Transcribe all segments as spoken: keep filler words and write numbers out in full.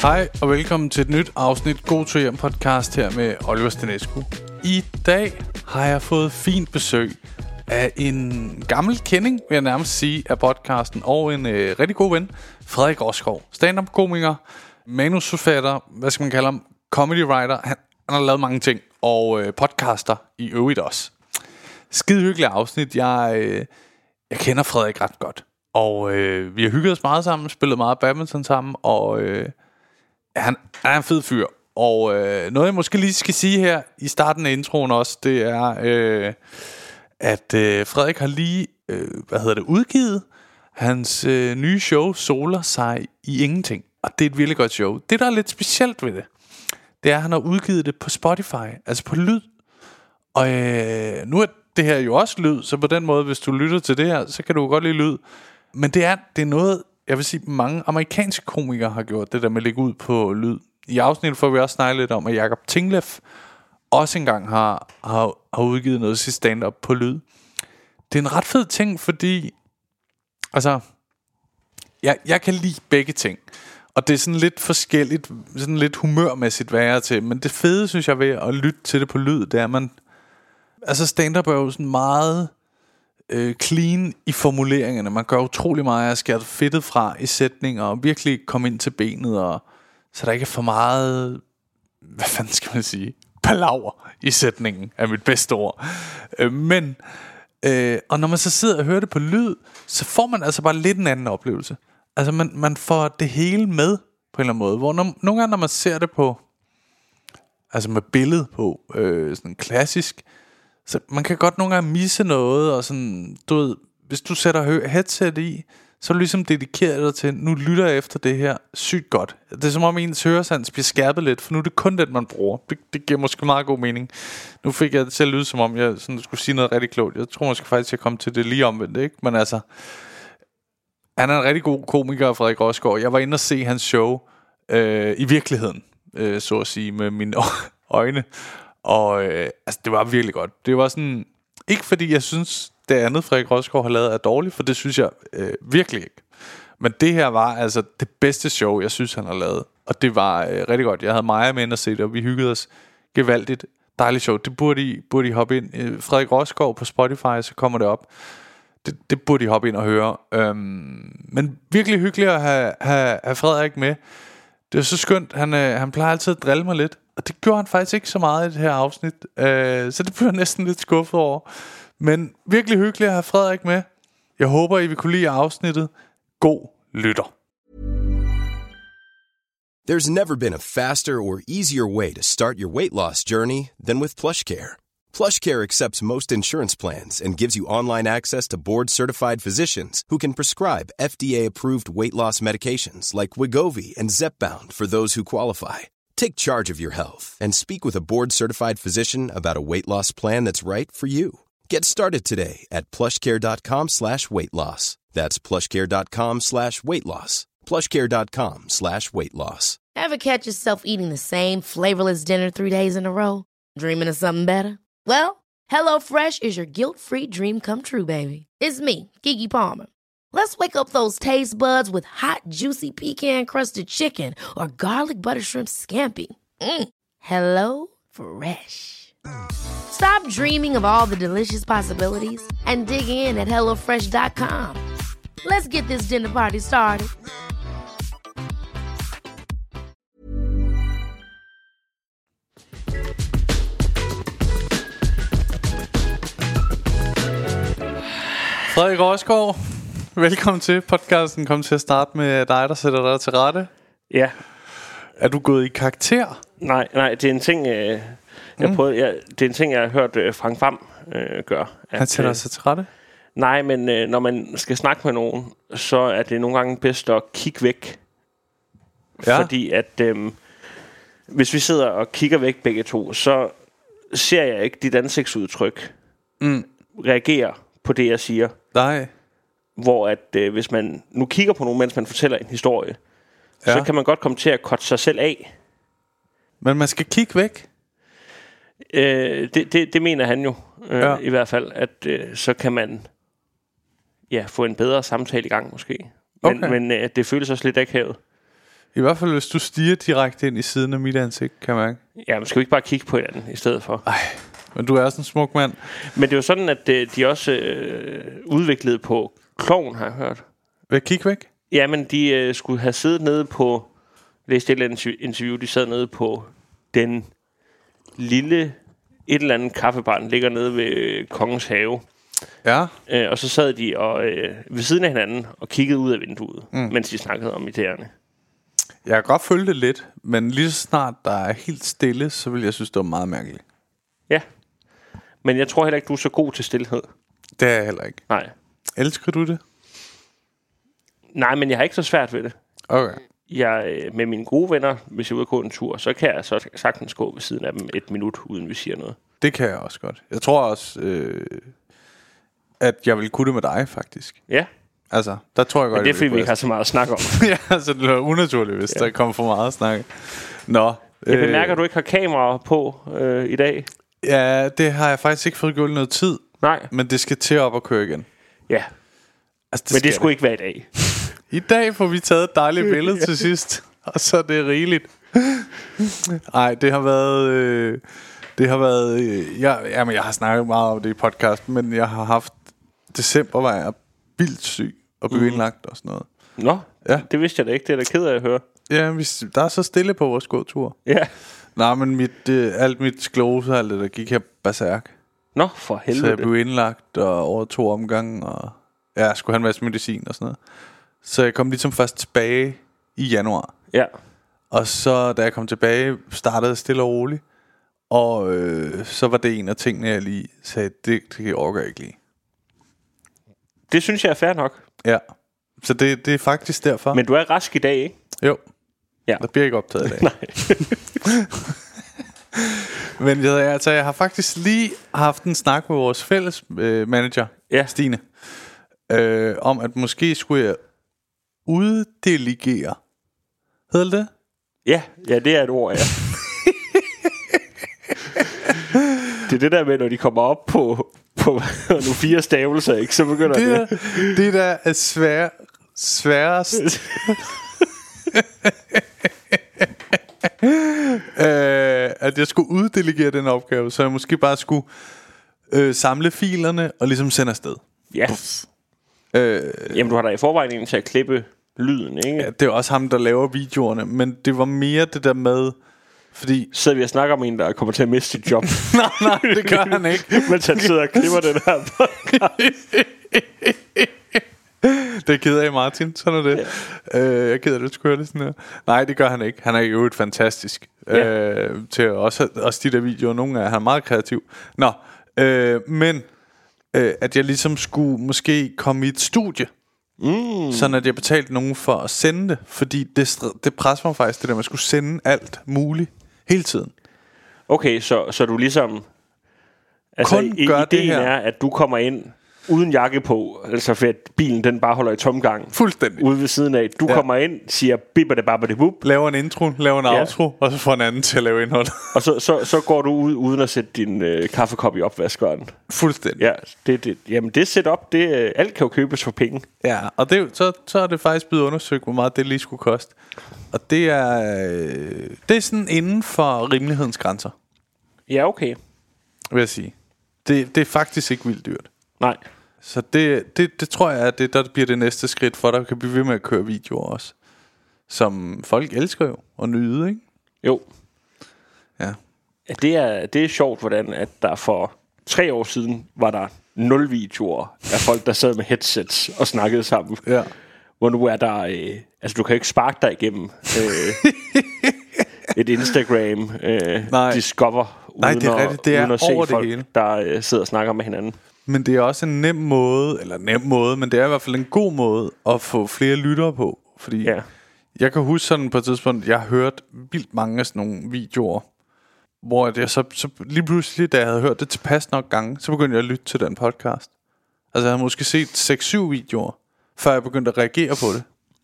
Hej og velkommen til et nyt afsnit God to hjem podcast her med Oliver Stenescu. I dag har jeg fået fint besøg af en gammel kending, vil jeg nærmest sige, af podcasten, og en øh, rigtig god ven, Frederik Rosgaard. Stand-up-komiker, manusforfatter, hvad skal man kalde ham, comedy writer. Han, han har lavet mange ting, og øh, podcaster i øvrigt også. Skide hyggeligt afsnit. Jeg, øh, jeg kender Frederik ret godt, og øh, vi har hygget os meget sammen, spillet meget badminton sammen, og øh, han er en fed fyr. Og øh, noget jeg måske lige skal sige her i starten af introen også, det er øh, at øh, Frederik har lige øh, hvad hedder det udgivet hans øh, nye show Soler sig i ingenting. Og det er et virkelig godt show. Det der er lidt specielt ved det, det er at han har udgivet det på Spotify, altså på lyd. Og øh, nu er det her jo også lyd, så på den måde, hvis du lytter til det her, så kan du godt lide lyd. Men det er, det er noget, jeg vil sige, mange amerikanske komikere har gjort, det der med at lægge ud på lyd. I afsnittet får vi også snakket lidt om, at Jacob Tingleff også engang har, har, har udgivet noget til stand-up på lyd. Det er en ret fed ting, fordi altså, jeg, jeg kan lide begge ting. Og det er sådan lidt forskelligt, sådan lidt humørmæssigt, hvad jeg er til. Men det fede, synes jeg, ved at lytte til det på lyd, det er, man, altså stand-up er jo sådan meget øh, clean i formuleringerne. Man gør utrolig meget af at skære fedtet fra i sætninger, og virkelig komme ind til benet, og så der ikke er for meget, hvad fanden skal man sige, palaver i sætningen, er mit bedste ord. øh, Men øh, og når man så sidder og hører det på lyd, så får man altså bare lidt en anden oplevelse. Altså man, man får det hele med på en eller anden måde. Hvor når, nogle gange når man ser det på, altså med billede på, øh, sådan klassisk, så man kan godt nogle gange misse noget. Og sådan, du ved, hvis du sætter headset i, så er du ligesom dedikeret dig til, nu lytter jeg efter det her sygt godt. Det er som om ens høresans bliver skærpet lidt, for nu er det kun den man bruger. Det, det giver måske meget god mening. Nu fik jeg det til at lyde som om jeg sådan skulle sige noget rigtig klogt. Jeg tror måske faktisk jeg kom til det lige omvendt, ikke? Men altså, han er en rigtig god komiker, Frederik Rosgaard. Jeg var inde og se hans show øh, i virkeligheden, øh, så at sige, med mine øjne. Og øh, altså, det var virkelig godt. Det var sådan, ikke fordi jeg synes det andet Frederik Rosgaard har lavet er dårligt, for det synes jeg øh, virkelig ikke. Men det her var altså det bedste show jeg synes han har lavet. Og det var øh, rigtig godt. Jeg havde Maja med ind og se det, og vi hyggede os gevaldigt. Dejligt show. Det burde I, burde I hoppe ind. øh, Frederik Rosgaard på Spotify, så kommer det op. Det, det burde I hoppe ind og høre. øhm, Men virkelig hyggeligt at have, have, have Frederik med. Det er så skønt. Han, øh, han plejer altid at drille mig lidt, og det gjorde han faktisk ikke så meget i det her afsnit. øh, Så det blev jeg næsten lidt skuffet over. Men virkelig hyggeligt at have Frederik med. Jeg håber I vil kunne lide afsnittet. God lytter. There's never been a faster or easier way to start your weight loss journey than with PlushCare. PlushCare accepts most insurance plans and gives you online access to board-certified physicians who can prescribe F D A-approved weight loss medications like Wegovy and Zepbound for those who qualify. Take charge of your health and speak with a board-certified physician about a weight loss plan that's right for you. Get started today at plushcare.com slash weight loss. That's plushcare.com slash weight loss. plushcare.com slash weight loss. Ever catch yourself eating the same flavorless dinner three days in a row? Dreaming of something better? Well, HelloFresh is your guilt-free dream come true, baby. It's me, Keke Palmer. Let's wake up those taste buds with hot, juicy pecan-crusted chicken or garlic butter shrimp scampi. Mm. Hello Fresh. Stop dreaming of all the delicious possibilities and dig in at hello fresh dot com. Let's get this dinner party started. Frederik Rosgaard, velkommen til podcasten. Kom til at starte med dig, der sætter dig til rette. Ja. Er du gået i karakter? Nej, nej, det er en ting, øh, jeg Mm. prøvede, jeg, det er en ting, jeg har hørt øh, Frank Hvam øh, gøre. At, Han sætter øh, sig til rette? Nej, men øh, når man skal snakke med nogen, så er det nogle gange bedst at kigge væk. Ja. Fordi at øh, hvis vi sidder og kigger væk begge to, så ser jeg ikke dit ansigtsudtryk Mm. reagere på det, jeg siger. Nej. Hvor at øh, hvis man nu kigger på nogen, mens man fortæller en historie, ja. så kan man godt komme til at cutte sig selv af. Men man skal kigge væk? Øh, det, det, det mener han jo øh, ja. i hvert fald, at øh, så kan man ja, få en bedre samtale i gang måske. Men, okay. men øh, det føles også lidt akavet. I hvert fald hvis du stiger direkte ind i siden af mit ansigt, kan man ikke? Ja, men skal vi ikke bare kigge på hinanden i stedet for? Ej, men du er sådan en smuk mand. Men det er jo sådan, at de, de også øh, udviklede på Klovn, har jeg hørt. Vil jeg kigge væk? Ja, men de øh, skulle have siddet nede på... Læste et eller andet interview, de sad nede på den lille... Et eller andet kaffebar, den ligger nede ved øh, Kongens Have. Ja. Øh, og så sad de og, øh, ved siden af hinanden og kiggede ud af vinduet, mm. mens de snakkede om idéerne. Jeg kan godt følge det lidt, men lige så snart der er helt stille, så vil jeg synes, det var meget mærkeligt. Ja, men jeg tror heller ikke, du er så god til stillhed. Det er jeg heller ikke. Nej. Elsker du det? Nej, men jeg har ikke så svært ved det. Okay. Jeg, øh, med mine gode venner, hvis jeg er ude at gå en tur, så kan jeg så sagtens gå ved siden af dem et minut, uden vi siger noget. Det kan jeg også godt. Jeg tror også, øh, at jeg vil kunne det med dig, faktisk. Ja. Altså, der tror jeg godt, men det er fordi, vi ikke ikke har så meget at snakke om. Ja, altså det er unaturligt, hvis ja. der kommer for meget at snakke. Nå. Jeg bemærker, at du ikke har kamera på øh, i dag. Ja, det har jeg faktisk ikke fået gjort noget tid. Nej. Men det skal til op og køre igen. Ja. Altså, det men det skulle det. ikke være i dag. I dag får vi taget et dejligt billede til sidst. Og så er det rigeligt. Ej, det har været... Øh, det har været... Øh, jeg, jamen, jeg har snakket meget om det i podcast, men jeg har haft... December var jeg vildt syg og blev mm. indlagt og sådan noget. Nå, ja. Det vidste jeg da ikke. Det er da ked af at høre. Ja, vi, der er så stille på vores gåtur. Ja. Nej, men mit, øh, alt mit sklerose og alt det der gik her berserk. Nå, for helvede. Så jeg blev indlagt og over to omgange, og ja, jeg skulle have en masse medicin og sådan noget. Så jeg kom ligesom først tilbage i januar. Ja. Og så da jeg kom tilbage, startede jeg stille og roligt. Og øh, så var det en af tingene, jeg lige sagde, det, det orker jeg ikke lige. Det synes jeg er fair nok. Ja, så det, det er faktisk derfor. Men du er rask i dag, ikke? Jo. Ja. Der bliver ikke optaget i dag. Nej. Men jeg, altså, jeg har faktisk lige haft en snak med vores fælles øh, manager, ja. Stine, øh, om at måske skulle jeg uddelegere. Hedder det? Ja, ja, det er et ord, ja. Det er det der med, når de kommer op på, på nu fire stavelser, ikke, så begynder det. Det, det der er svær, sværest. øh, at jeg skulle uddelegere den opgave, så jeg måske bare skulle øh, samle filerne og ligesom sende afsted. Ja. Øh, Jamen, du har da i forvejen en til at klippe lyden, ikke? Ja, det er også ham, der laver videoerne, men det var mere det der med, fordi... Så vi og snakker om en, der kommer til at miste sit job. nej, nej, det gør han ikke. Mens han sidder og klipper den her podcast. Det er ked af, Martin. Sådan er det. Ja. øh, Jeg er ked af, at du skulle høre det sådan her. Nej, det gør han ikke. Han er jo et fantastisk ja. øh, til også, også de der videoer. Nogle af han er meget kreativ. Nå, øh, men øh, at jeg ligesom skulle måske komme i et studie, mm. sådan at jeg betalte nogen for at sende det. Fordi det, det presser mig faktisk, det der man skulle sende alt muligt hele tiden. Okay, så, så du ligesom altså, kun i, gør ideen det her. Er, at du kommer ind uden jakke på, altså for at bilen den bare holder i tomgang. Fuldstændig. Ude ved siden af. Du ja. kommer ind, siger bibba det babba det bup. Laver en intro, laver en ja. outro, og så får en anden til at lave indhold. Og så, så, så går du ud uden at sætte din øh, kaffekop i opvaskeren. Fuldstændig. Ja, det, det, jamen det setup, det, øh, alt kan jo købes for penge. Ja, og det, så, så er det faktisk blevet undersøgt, hvor meget det lige skulle koste. Og det er, øh, det er sådan inden for rimelighedens grænser. Ja, okay. Vil jeg sige. Det, det er faktisk ikke vildt dyrt. Nej. Så det, det, det tror jeg, at det der bliver det næste skridt, for der kan blive ved med at køre videoer også. Som folk elsker jo at nyde, ikke? Jo. Ja. Ja, det er, det er sjovt, hvordan at der for tre år siden var der nul videoer af folk, der sad med headsets og snakkede sammen. Ja. Hvor nu er der... Øh, altså, du kan ikke sparke dig igennem øh, et Instagram øh, Discover uden, Nej, det er rigtigt. Det er uden at over se folk, det hele. der øh, sidder og snakker med hinanden. Men det er også en nem måde, eller nem måde, men det er i hvert fald en god måde at få flere lyttere på. Fordi ja. jeg kan huske sådan på et tidspunkt, jeg har hørt vildt mange af sådan nogle videoer, hvor jeg så, så lige pludselig, da jeg havde hørt det tilpas nok gange, så begyndte jeg at lytte til den podcast. Altså jeg havde måske set seks syv videoer, før jeg begyndte at reagere på det.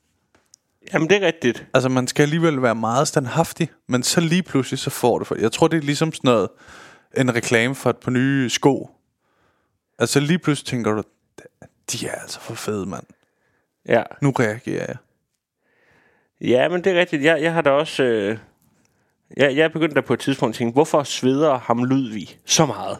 Jamen det er rigtigt. Altså man skal alligevel være meget standhaftig, men så lige pludselig så får det for. Jeg tror det er ligesom sådan noget, en reklame for et par nye sko. Altså lige pludselig tænker du, de er altså for fede, mand. Ja. Nu reagerer jeg. Ja, men det er rigtigt. Jeg, jeg har da også... Øh, jeg, jeg er begyndt der på et tidspunkt at tænke, hvorfor sveder ham Ludvig så meget?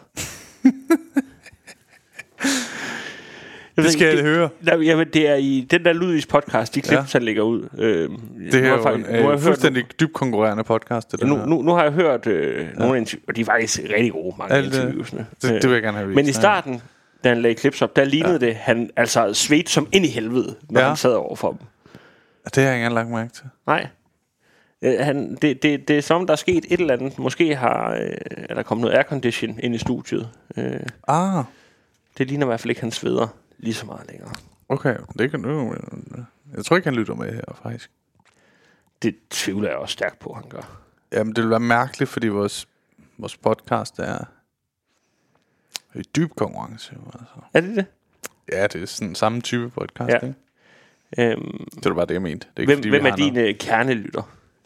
Det skal jeg det, høre. Der, jamen, det er i den der Ludvigs podcast, de klip, ja. han lægger ud. Øh, det her er faktisk, jo en øh, fuldstændig hørt, dybt konkurrerende podcast. Det nu, nu, nu har jeg hørt øh, ja. nogle interviews, og de er faktisk rigtig gode, mange af interviewsene. Det, det vil jeg gerne have vist. Men i starten, da han lagde klips op, der lignede ja. det, han altså svedte som ind i helvede, når ja. han sad over for dem. Det har jeg ikke engang lagt mærke til. Nej. Øh, han, det, det, det er som, der er sket et eller andet. Måske har øh, er der kommet noget aircondition ind i studiet. Øh, ah. Det ligner i hvert fald ikke, han sveder lige så meget længere. Okay, det kan du. Jeg tror ikke, han lytter med her, faktisk. Det tvivler jeg også stærkt på, han gør. Jamen, det vil være mærkeligt, fordi vores, vores podcast er i dyb konkurrence. Altså. Er det det? Ja, det er sådan samme type podcast, ja. Ikke? Øhm, det var bare det, jeg mente. Det er ikke, hvem fordi, hvem er dine noget... kernelytter?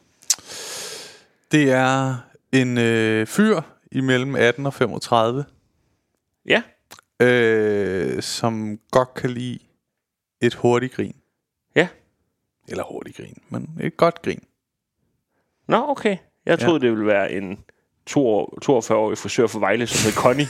Det er en øh, fyr imellem atten og femogtredive. Ja. Øh, som godt kan lide et hurtigt grin. Ja. Eller hurtigt grin, men et godt grin. Nå, okay. Jeg troede, ja. det ville være en toogfyrre-årig frisør fra Vejle, som hed Connie.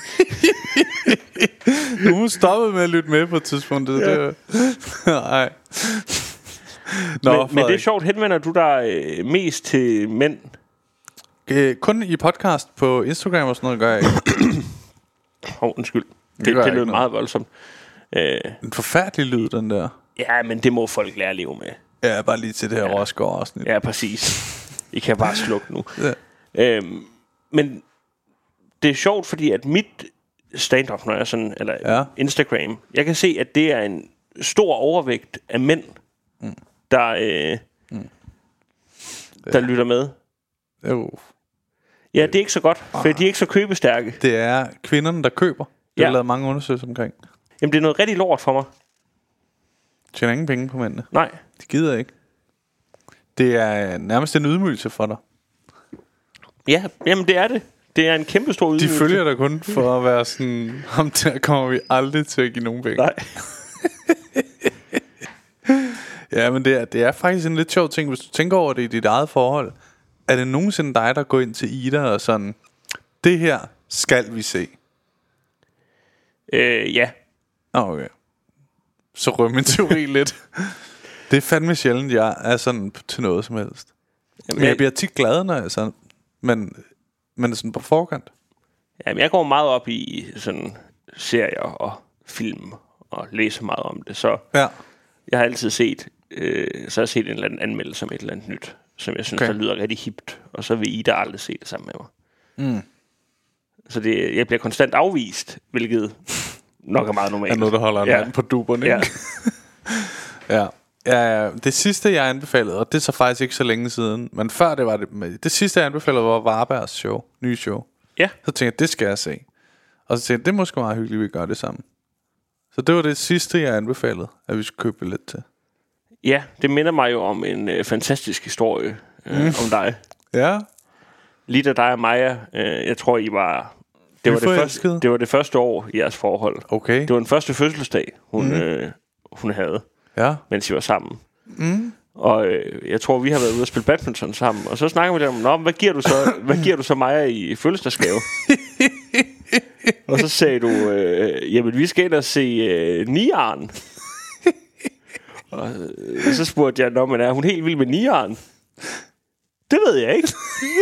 Nu stoppede med at lytte med på et tidspunkt. Det, ja. det Nej. Nå, men, men det er sjovt. Henvender du dig øh, mest til mænd? Øh, kun i podcast på Instagram og sådan noget gør jeg ikke. Åh, oh, undskyld. Det, det, det lød meget voldsomt. Øh, en forfærdelig lyd, den der. Ja, men det må folk lære at leve med. Ja, bare lige til det her ja. Rosgaard afsnit. Ja, præcis. I kan bare slukke nu. Ja. Øhm, men det er sjovt, fordi at mit stand-up, når jeg sådan, eller ja. Instagram, jeg kan se, at det er en stor overvægt af mænd, mm. der, øh, mm. der lytter med. Jo. Ja, det er ikke så godt, for de er ikke så købestærke. Det er kvinderne, der køber. Det ja. har lavet mange undersøgelser omkring. Jamen, det er noget rigtig lort for mig. Tjener ingen penge på mændene. Nej. De gider ikke. Det er nærmest en ydmygelse for dig. Ja, jamen det er det. Det er en kæmpe stor ydmygelse. De følger dig kun for at være sådan, ham der kommer vi aldrig til at give nogen penge. Nej. Ja, men det er, det er faktisk en lidt sjov ting, hvis du tænker over det i dit eget forhold. Er det nogensinde dig, der går ind til Ida og sådan, det her skal vi se? Øh, ja. Okay. Så røm min teori lidt. Det er fandme sjældent, jeg er sådan til noget som helst. Jamen, jeg, jeg bliver tit glad, når jeg sådan, men, men er sådan på forkant. Jamen, jeg går meget op i sådan serier og film og læser meget om det, så ja. Jeg har altid set, øh, så har jeg set en eller anden anmeldelse om et eller andet nyt, som jeg synes, okay. der lyder rigtig hipt, og så vil Ida aldrig se det sammen med mig. Mm. Så det, jeg bliver konstant afvist, hvilket nok er meget normalt. Er noget, der holder en ja. mand på duberne, ikke? Ja. Ja. Ja, det sidste jeg anbefalede, og det er så faktisk ikke så længe siden, men før det var det, det sidste jeg anbefalede var Varbergs show, nye show. Ja. Så tænkte jeg, det skal jeg se. Og så tænkte jeg, det er måske meget hyggeligt, vi gør det sammen. Så det var det sidste jeg anbefalede, at vi skulle købe billet til. Ja, det minder mig jo om en øh, fantastisk historie øh, mm. om dig. Ja. Lige da dig og Maja, øh, jeg tror I var det var det, første, det var det første år i jeres forhold. Okay. Det var den første fødselsdag hun, mm. øh, hun havde, ja. mens I var sammen. Mm. Og øh, jeg tror vi har været ude at spille badminton sammen. Og så snakker vi lidt om, Nå, hvad giver du så Hvad giver du så Maja i fødselsdagsgave? Og så sagde du øh, jamen vi skal ind og se øh, Niaren. Og øh, så spurgte jeg, Nå, men er hun helt vild med Niaren? Det ved jeg ikke.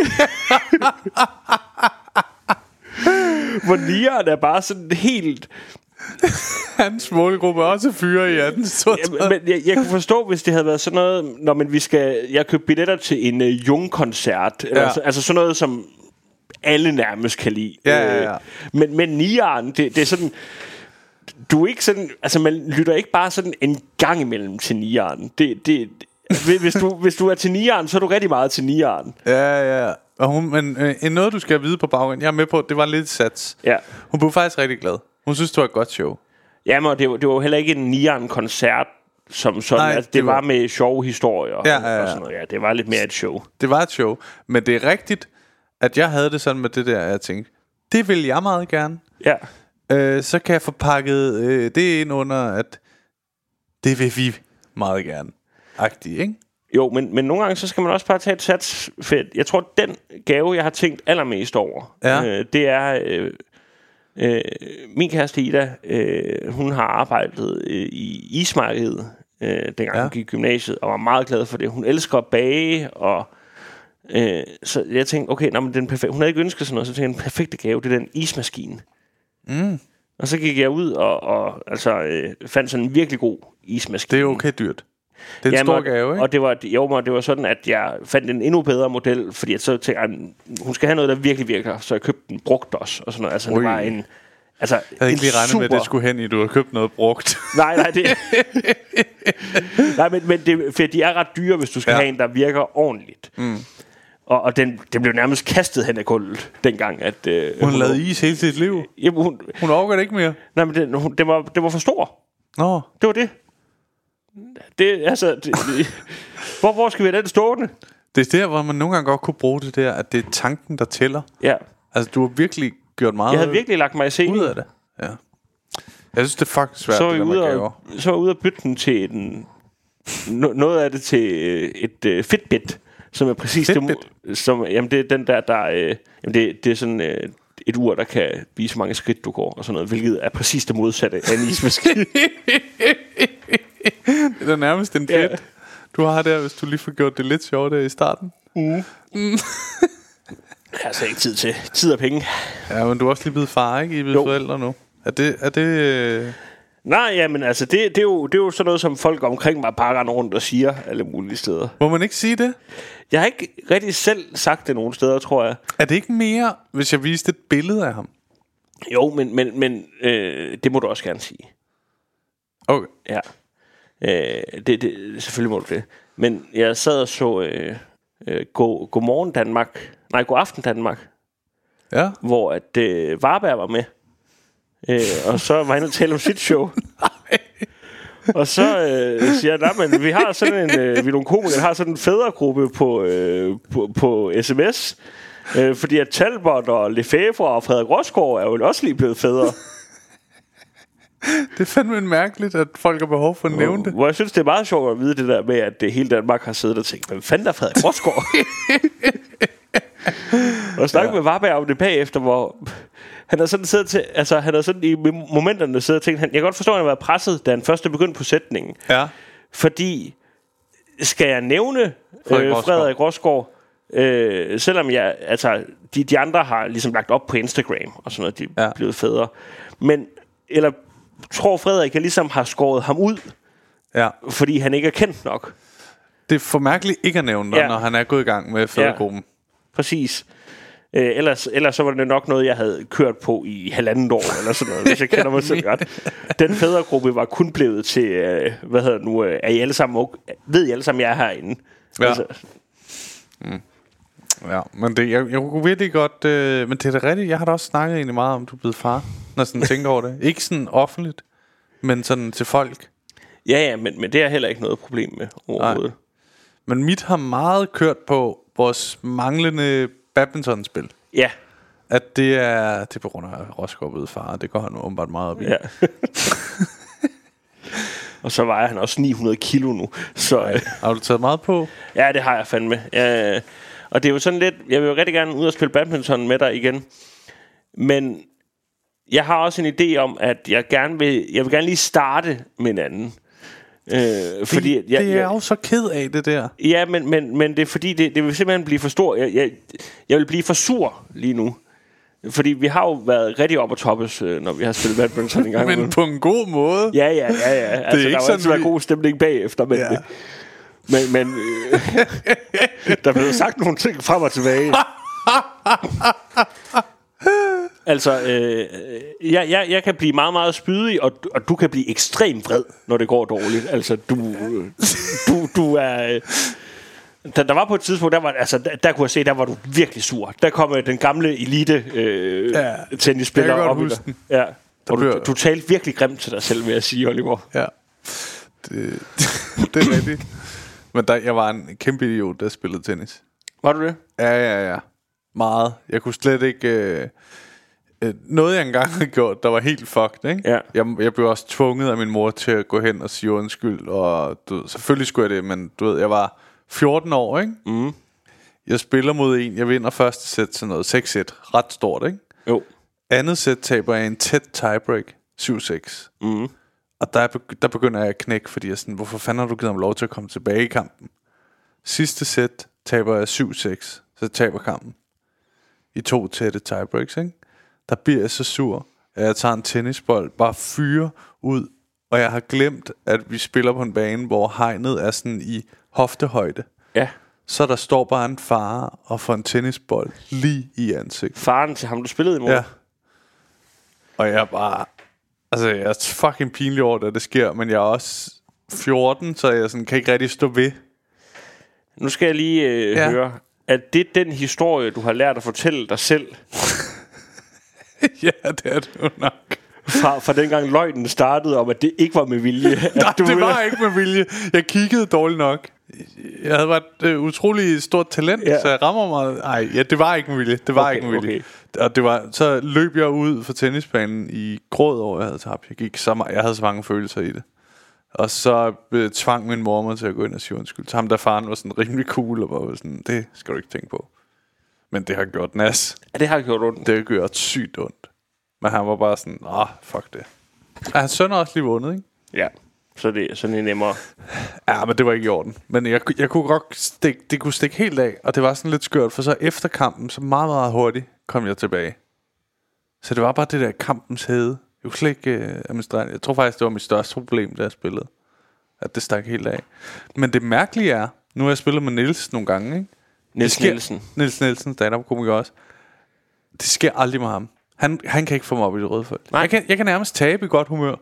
Hvor Niaren er bare sådan helt... Hans målgruppe er også fyre i atten. Ja, men jeg, jeg kunne forstå, hvis det havde været sådan noget, når man vi skal, jeg købte billetter til en uh, Jung-koncert, ja. altså, altså sådan noget, som alle nærmest kan lide. Ja, ja, ja. Men, men Niaren, det, det er sådan, du er ikke sådan, altså man lytter ikke bare sådan en gang imellem til Niaren. Det, det, hvis, du, hvis du er til Niaren, så er du rigtig meget til Niaren. Ja, ja. Og hun, men øh, noget, du skal vide på baggrund, jeg er med på, det var lidt sats. Ja. Hun blev faktisk rigtig glad. Hun synes, det var et godt show. Jamen, det var, det var heller ikke en Niaren-koncert, som sådan. Nej, altså, det, det var, var med sjove historier. Ja, ja, ja. Og sådan noget. Ja, det var lidt mere et show. Det var et show. Men det er rigtigt, at jeg havde det sådan med det der, jeg tænkte, det vil jeg meget gerne. Ja. Øh, så kan jeg få pakket øh, det ind under, at det vil vi meget gerne. Agtigt, ikke? Jo, men, men nogle gange, så skal man også bare tage et sats. For jeg tror, den gave, jeg har tænkt allermest over, ja. øh, det er... Øh, øh, min kæreste Ida, øh, hun har arbejdet øh, i ismarkedet, øh, dengang ja. hun gik i gymnasiet, og var meget glad for det. Hun elsker at bage, og... Øh, så jeg tænkte, okay, nå, men den perfekte, hun havde ikke ønsket sådan noget, så tænkte jeg, den perfekte gave, det er den ismaskine. Mm. Og så gik jeg ud og, og altså, øh, fandt sådan en virkelig god ismaskine. Det er okay dyrt. Det er en Jamen, stor gave, ikke? Og det var, jo, det var sådan, at jeg fandt en endnu bedre model, fordi jeg så tænkte, at hun skal have noget, der virkelig virker, så jeg købte den brugt også, og sådan noget. Altså, Ui. det var en... Altså, jeg havde ikke lige regnet super... med, at det skulle hen i, du har købt noget brugt. nej, nej, det... nej, men, men det, for de er ret dyre, hvis du skal ja. have en, der virker ordentligt. Mm. Og, og den, den blev nærmest kastet hen ad gulvet dengang, at... Øh, hun, hun lavede is hele sit liv. Jamen, hun, hun overgår det ikke mere. Nej, men det, hun, det, var, det var for stor. Nå. Det var det. Det, altså... Det, hvor, hvor skal vi have den stående? Det er der, hvor man nogle gange godt kunne bruge det der, at det er tanken, der tæller. Ja. Altså, du har virkelig gjort meget... Jeg havde virkelig lagt mig i scenen. Ud af det, ja. Jeg synes, det er faktisk svært, så det der med gaver. Så var jeg ude og bytte den til en... No, noget af det til et uh, Fitbit, som er præcis det, som, jamen det er den der, der øh, jamen det, det er sådan øh, et ur, der kan vise, mange skridt du går, og sådan noget, hvilket er præcis det modsatte af en ismaskine. Det er nærmest en plet, ja. Du har der, hvis du lige får gjort det lidt sjovt der i starten. Mm. Mm. Jeg har altså ikke tid til tid og penge. Ja, men du er også lige blevet far, ikke? I er blevet forældre nu. Er det... Er det øh... Nej, jamen altså, det, det, er jo, det er jo sådan noget, som folk omkring mig pakker rundt og siger alle mulige steder. Må man ikke sige det? Jeg har ikke rigtig selv sagt det nogen steder, tror jeg. Er det ikke mere, hvis jeg viste et billede af ham? Jo, men, men, men øh, det må du også gerne sige. Okay. Ja. Øh, det, det, selvfølgelig må du det. Men jeg sad og så øh, øh, God, Godmorgen Danmark. Nej, God Aften Danmark. Ja. Hvor at øh, Varberg var med. Øh, og så var han og tale om sit show. Og så øh, siger jeg, nej, men vi har sådan en, øh, vi nogle komikere har sådan en fædregruppe på, øh, på, på sms. Øh, fordi at Talbot og Lefebvre og Frederik Rosgaard er jo også lige blevet fædre. Det er fandme mærkeligt, at folk har behov for at nævne det. Hvor jeg synes, det er meget sjovt at vide det der med, at det hele Danmark har siddet og tænkt, hvem fanden er Frederik Rosgaard? Og snakke ja. med Varberg om det bagefter, hvor han har sådan siddet til, altså han har sådan i momenterne siddet og tænkt, han, jeg kan godt forstå, at han har været presset, da han først begyndte på sætningen. Ja. Fordi skal jeg nævne Frederik, øh, Frederik Rosgaard, øh, selvom jeg, altså de, de andre har ligesom lagt op på Instagram og sådan noget, de er ja. blevet fædre. Men eller tror Frederik, jeg ligesom har skåret ham ud, ja. fordi han ikke er kendt nok. Det er for mærkeligt ikke at nævne, ja. når han er gået i gang med fædregruppen. Ja. Præcis. Øh, ellers, ellers så var det nok noget, jeg havde kørt på i halvandet år, eller sådan noget, hvis jeg kender mig selv godt. Den fædregruppe var kun blevet til, øh, hvad hedder nu, øh, er I alle sammen, ved I alle sammen, jeg er herinde? Ja. Altså. Mm. Ja, men det, jeg, jeg kunne virkelig godt, øh, men det er da rigtigt, jeg har da også snakket egentlig meget om, du er blevet far, når jeg sådan tænker over det. Ikke sådan offentligt, men sådan til folk. Ja, ja, men, men det er heller ikke noget problem med overhovedet. Nej. Men mit har meget kørt på vores manglende badmintonspil. Ja. At det er, det er på grund af Rosgaard blevet far, det går han åbenbart meget op i. Ja. Og så vejer han også ni hundrede kilo nu. Så, øh. Har du taget meget på? Ja, det har jeg fandme. Ja, og det er jo sådan lidt, jeg vil jo rigtig gerne ud og spille badminton med dig igen. Men jeg har også en idé om, at jeg gerne vil, jeg vil gerne lige starte med en anden. Øh, det, fordi jeg, det er jeg jo så ked af det der. Ja, men, men, men det er fordi det, det vil simpelthen blive for stor. Jeg, jeg, jeg vil blive for sur lige nu. Fordi vi har jo været rigtig op og toppes, når vi har spillet badminton en gang. Men på en god måde. Ja, ja, ja, ja. Altså, det er ikke der var altid vi... god stemning bagefter, men, ja. men, men øh, der blev sagt nogle ting frem og tilbage. Altså, øh, jeg, jeg, jeg kan blive meget, meget spydig, og, og du kan blive ekstremt vred, når det går dårligt. Altså, du, du, du er... Der, der var på et tidspunkt, der, var, altså, der, der kunne jeg se, der var du virkelig sur. Der kom øh, den gamle elite øh, ja, tennisspiller op i dig. Ja. Og du, du talte virkelig grimt til dig selv, vil jeg sige, Oliver. Ja, det, det, det er rigtigt. Men der, jeg var en kæmpe idiot, der spillede tennis. Var du det? Ja, ja, ja. Meget. Jeg kunne slet ikke... Øh, øh, noget jeg engang havde gjort, der var helt fucked, ikke? Ja. Jeg, jeg blev også tvunget af min mor til at gå hen og sige undskyld. Og du ved, selvfølgelig skulle jeg det, men du ved, jeg var fjorten år, ikke? Mm. Jeg spiller mod en, jeg vinder første sæt til noget seks et. Ret stort, ikke? Jo. Andet sæt taber jeg en tæt tiebreak, syv seks. Mm. Og der, begy- der begynder jeg at knække, fordi jeg sådan, hvorfor fanden har du givet mig lov til at komme tilbage i kampen? Sidste sæt taber jeg syv seks, så jeg taber kampen. I to tætte tiebreaks, ikke? Der bliver jeg så sur, at jeg tager en tennisbold, bare fyrer ud, og jeg har glemt, at vi spiller på en bane, hvor hegnet er sådan i hoftehøjde. Ja. Så der står bare en far og får en tennisbold lige i ansigtet. Faren til ham, du spillede imod? Ja. Og jeg er bare... Altså, jeg er fucking pinlig over det, det sker, men jeg er også fjorten, så jeg sådan, kan ikke rigtig stå ved. Nu skal jeg lige øh, ja. høre, at det den historie, du har lært at fortælle dig selv? Ja, det er det jo nok. Fra, fra dengang løgnen startede om, at det ikke var med vilje. Nej, du det var ikke med vilje. Jeg kiggede dårligt nok. Jeg havde været et øh, utrolig stort talent, ja. Så jeg rammer mig. Nej, ja, det var ikke med vilje. Det var okay, ikke med vilje. Okay. Og det var, så løb jeg ud fra tennisbanen i gråd over, jeg havde tabt. Jeg, gik så meget, jeg havde så mange følelser i det. Og så øh, tvang min mor mig til at gå ind og sige undskyld. Så ham der faren var sådan rimelig cool og var sådan, det skal du ikke tænke på. Men det har gjort nas. Ja, det har gjort ondt. Det har gjort sygt ondt. Men han var bare sådan, ah, fuck det. Og hans søn har også lige vundet, ikke? Ja, så det, så det er nemmere. Ja, men det var ikke i orden. Men jeg, jeg kunne godt stikke, det kunne stikke helt af. Og det var sådan lidt skørt. For så efter kampen, så meget, meget hurtigt kom jeg tilbage. Så det var bare det der kampens hede. Jeg kunne slet ikke uh, administrere. Jeg tror faktisk, det var mit største problem, da jeg spillede. At det stak helt af. Men det mærkelige er, nu har jeg spillet med Niels nogle gange, ikke? Niels sker, Nielsen. Niels Nielsen, stand-up-komiker også. Det sker aldrig med ham. Han, han kan ikke få mig op i det røde felt. Jeg kan, jeg kan nærmest tabe i godt humør.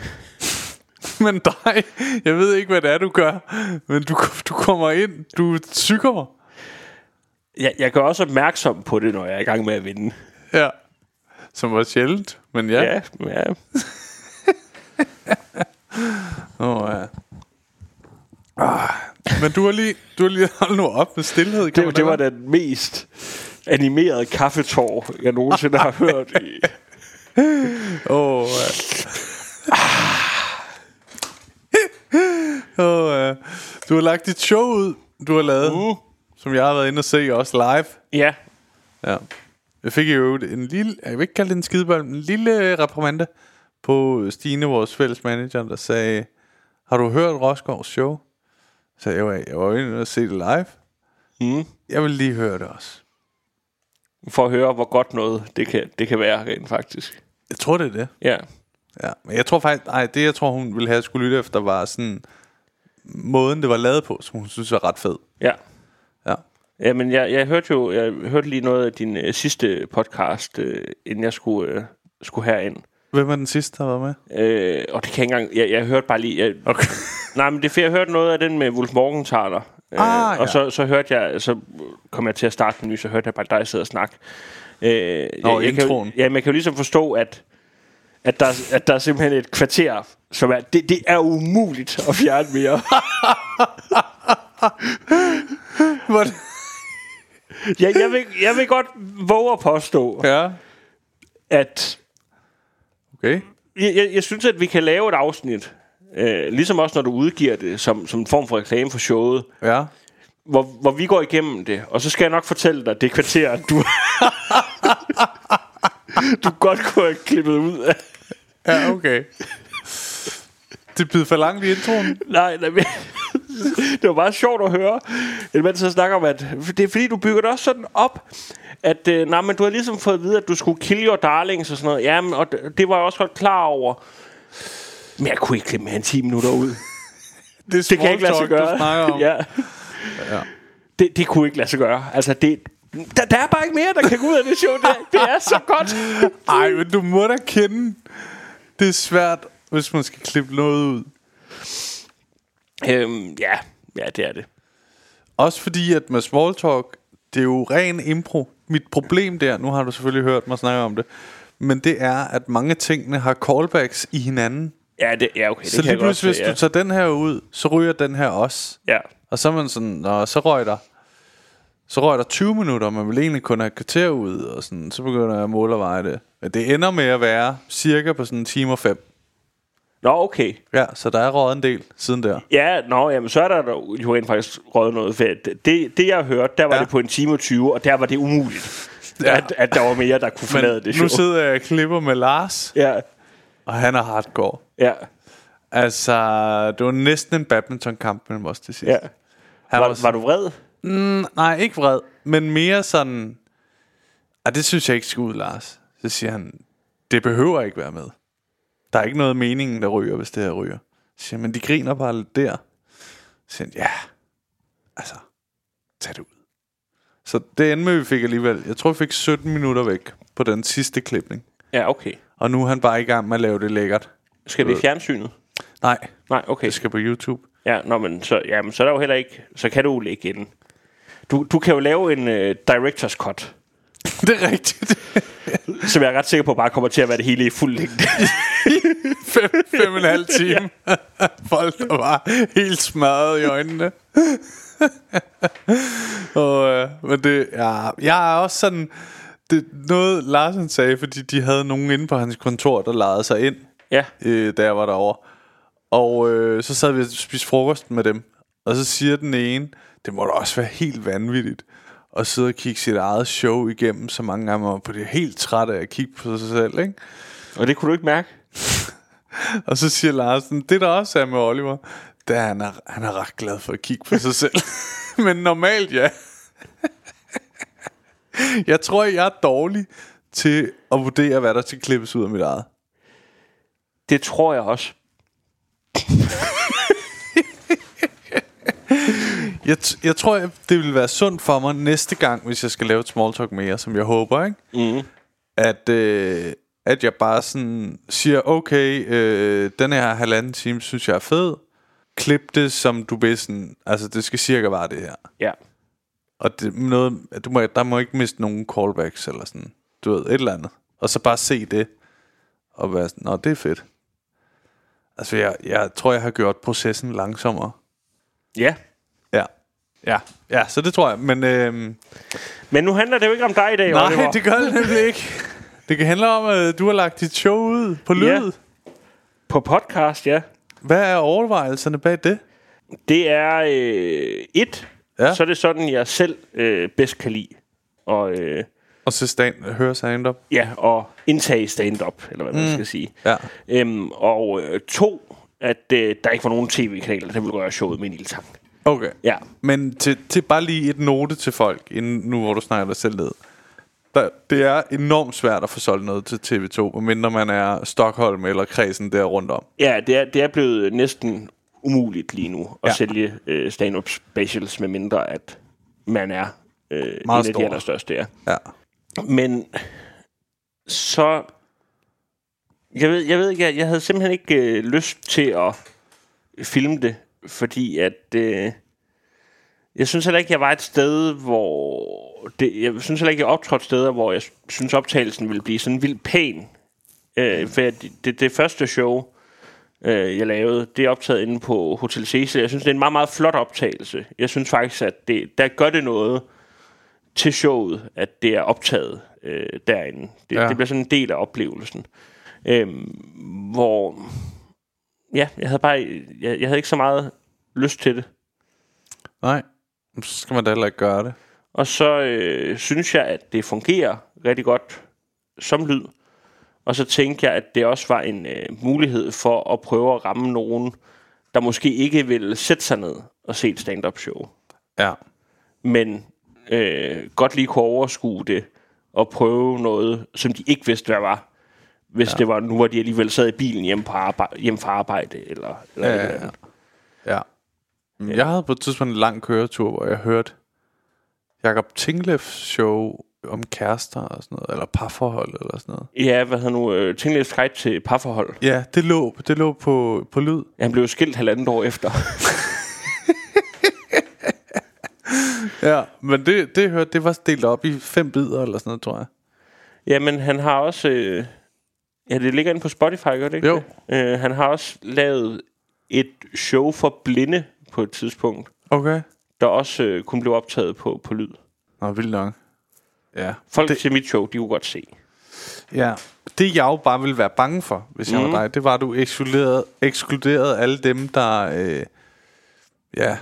Men dig, jeg ved ikke, hvad det er, du gør. Men du, du kommer ind, du psyker mig. Jeg, jeg gør også opmærksom på det, når jeg er i gang med at vinde. Ja, som var sjældent, men ja. Ja, ja. Åh, oh, ja. Ah, men du har lige, du har lige holdt nu op med stillhed. Det, det var den mest animerede kaffetår, jeg nogensinde har hørt i. Åh, oh, ja. oh, ja. Du har lagt dit show ud, du har lavet, uh. som jeg har været inde og se også live. Ja. Ja. Jeg fik jo en lille, jeg vil ikke kalde det en skidebold, en lille reprimande på Stine, vores fælles manager, der sagde, har du hørt Rosgaards show? Så jeg var, jeg var inde og se det live. Mm. Jeg vil lige høre det også. For at høre, hvor godt noget det kan, det kan være rent faktisk. Jeg tror, det er det. Ja. Ja, men jeg tror faktisk, nej, det jeg tror, hun ville have skulle lytte efter, var sådan måden, det var lavet på, som hun synes var ret fed. Ja. Ja. Ja, men jeg, jeg hørte jo, jeg hørte lige noget af din øh, sidste podcast, øh, inden jeg skulle, øh, skulle herind. Hvem var den sidste, der var med? Øh, og det kan ikke engang, jeg, jeg hørte bare lige, jeg, okay. Nej, men det er fordi, jeg hørte noget af den med Wolf Morgenthaler. Øh, ah, og ja. så, så hørte jeg, så kom jeg til at starte den nye, så hørte jeg bare dig sidde og snakke. Øh, Nå, jeg, jeg kan, ja, men jeg kan jo ligesom forstå, at At der, at der er simpelthen et kvarter, som er, det, det er umuligt at fjerne mere. ja, jeg, vil, jeg vil godt våge at påstå, ja. at okay. jeg, jeg, jeg synes, at vi kan lave et afsnit, øh, ligesom også når du udgiver det som, som en form for reklame for showet, ja. hvor, hvor vi går igennem det, og så skal jeg nok fortælle dig, det kvarter, du, du godt kunne have klippet ud af. Ja, okay. Det blev for langt i introen. Nej, nej, det var bare sjovt at høre. Mens jeg snakker om, at det er fordi, du bygger det også sådan op, at øh, nej, men du har ligesom fået at vide, at du skulle kill your darlings og sådan noget. Jamen, og det, det var jeg også godt klar over. Men jeg kunne ikke klippe mere end ti minutter ud. det, det kan ikke lade sig gøre. ja. ja. Det, det kunne ikke lade sig gøre. Altså, det... Der, der er bare ikke mere, der kan gå ud af det show. Det, det er så godt. Ej, men du må da kende. Det er svært, hvis man skal klippe noget ud. Øhm, ja, ja, det er det. Også fordi, at med small talk, det er jo ren impro. Mit problem der, nu har du selvfølgelig hørt mig snakke om det, men det er, at mange tingene har callbacks i hinanden. Ja, det, ja okay. Det så lige pludselig, hvis ja. du tager den her ud, så ryger den her også. Ja. Og så er man sådan, nå, så røg der. Så røg der tyve minutter, man vil egentlig kun have kvarter ud, og sådan, så begynder jeg at måle og veje det. Men det ender med at være cirka på sådan en time og fem. Nå, okay. Ja, så der er røget en del siden der. Ja, nå, jamen, så er der jo rent faktisk røget noget. For det, det jeg hørte, der var ja. det på en time og tyve, og der var det umuligt, ja. at, at der var mere, der kunne forlade det show. Nu sidder jeg og klipper med Lars, ja. og han er hardcore. Ja. Altså, det var næsten en badmintonkamp mellem os til sidst. Ja. Var, var, var du vred? Mm, nej, ikke vred, men mere sådan... Ah, det synes jeg ikke skal ud, Lars. Så siger han, det behøver ikke være med. Der er ikke noget meningen, der ryger, hvis det her ryger. Så siger han, men de griner bare lidt der. Så siger han, ja, altså, tag det ud. Så det endte med, vi fik alligevel, jeg tror, vi fik sytten minutter væk på den sidste klipning. Ja, okay. Og nu er han bare i gang med at lave det lækkert. Skal det i fjernsynet? Nej. Nej, okay. Det skal på YouTube. Ja, nå, men så, ja, men så er der jo heller ikke, så kan du jo lægge ind. Du, du kan jo lave en uh, director's cut. Det er rigtigt. Som jeg er ret sikker på bare kommer til at være det hele i fuld længde. fem, fem og en halv time. Folk der var helt smadret i øjnene. og, øh, men det, ja, jeg er også sådan, det noget Larsen sagde, fordi de havde nogen inde på hans kontor, der lejede sig ind, ja. øh, da jeg var derovre. Og øh, så sad vi og spiste frokost med dem. Og så siger den ene, det må da også være helt vanvittigt og sidde og kigge sit eget show igennem så mange gange, og på det helt træt af at kigge på sig selv, ikke? Og det kunne du ikke mærke? Og så siger Larsen, det der også er med Oliver, det er, han er, han er ret glad for at kigge på sig selv. Men normalt, ja. Jeg tror, jeg er dårlig til at vurdere, hvad der skal klippes ud af mit eget. Det tror jeg også. Jeg, t- jeg tror, det vil være sundt for mig næste gang, hvis jeg skal lave et small talk mere, som jeg håber, ikke? Mm. At, øh, at jeg bare sådan siger, okay, øh, den her halvanden time synes jeg er fed. Klip det, som du ved sådan, altså det skal cirka være det her. Ja. Og det, noget, du må, der må ikke miste nogen callbacks eller sådan, du ved, et eller andet. Og så bare se det, og være sådan, nå, det er fedt. Altså, jeg, jeg tror, jeg har gjort processen langsommere. Ja. Ja. Ja, ja, så det tror jeg. Men, øhm, Men nu handler det jo ikke om dig i dag, nej, Oliver. det gør det nemlig ikke. Det kan handle om, at du har lagt dit show ud på lyd. Ja. På podcast, ja. Hvad er overvejelserne bag det? Det er øh, et, ja. Så er det sådan, jeg selv øh, bedst kan lide. Og, øh, og så stand, høre stand-up. Ja, og indtage stand-up, eller hvad man mm. skal sige. Ja. Øhm, og øh, to, at øh, der ikke var nogen tv-kanaler, der ville gøre showet med en ildtang. Okay. Ja. Men til, til bare lige et note til folk, inden nu hvor du snakker dig selv ned. Der, det er enormt svært at få solgt noget til T V to, medmindre man er Stockholm eller kredsen der rundt om. Ja, det er, det er blevet næsten umuligt lige nu at ja. sælge øh, stand-up specials, med mindre at man er øh, en meget af stor. de allerstørste. Ja. Ja. Men så jeg ved, jeg ved ikke, jeg, jeg havde simpelthen ikke øh, lyst til at filme det, fordi at øh, jeg synes heller ikke, jeg var et sted, hvor det, jeg synes heller ikke, jeg optrådte steder, hvor jeg synes optagelsen ville blive sådan vildt pæn. Øh, for det, det, det første show, øh, jeg lavede, det er optaget inde på Hotel Cecil. Jeg synes, det er en meget, meget flot optagelse. Jeg synes faktisk, at det, der gør det noget til showet, at det er optaget øh, derinde. Det, ja. det bliver sådan en del af oplevelsen. Øh, hvor ja, jeg havde bare jeg, jeg havde ikke så meget lyst til det. Nej, så skal man da heller ikke gøre det. Og så øh, synes jeg, at det fungerer rigtig godt som lyd. Og så tænkte jeg, at det også var en øh, mulighed for at prøve at ramme nogen, der måske ikke vil sætte sig ned og se et stand-up show. Ja. Men øh, godt lige kunne overskue det og prøve noget, som de ikke vidste, hvad var. Hvis ja. det var nu, hvor de alligevel sad i bilen hjem, på arbejde, hjem fra arbejde. Eller, eller ja, ja, ja. ja. Jeg havde på et tidspunkt en lang køretur, hvor jeg hørte Jakob Tinglefs show om kærester og sådan noget, eller parforhold eller sådan noget. Ja, hvad hedder nu? Uh, Tinglefs guide til parforhold. Ja, det lå, det lå på, på lyd. Ja, han blev skilt halvandet år efter. Ja, men det, det hørte, det var delt op i fem bidder eller sådan noget, tror jeg. Ja, men han har også øh, ja, det ligger inde på Spotify, gør det ikke? Jo. Øh, han har også lavet et show for blinde på et tidspunkt. Okay. Der også øh, kunne blive optaget på, på lyd. Nå, vildt nok. Ja. Folk det... til mit show, de kunne godt se. Ja, det jeg jo bare ville være bange for, hvis mm. jeg var dig, det var, at du ekskluderede, ekskluderede alle dem, der øh, ja,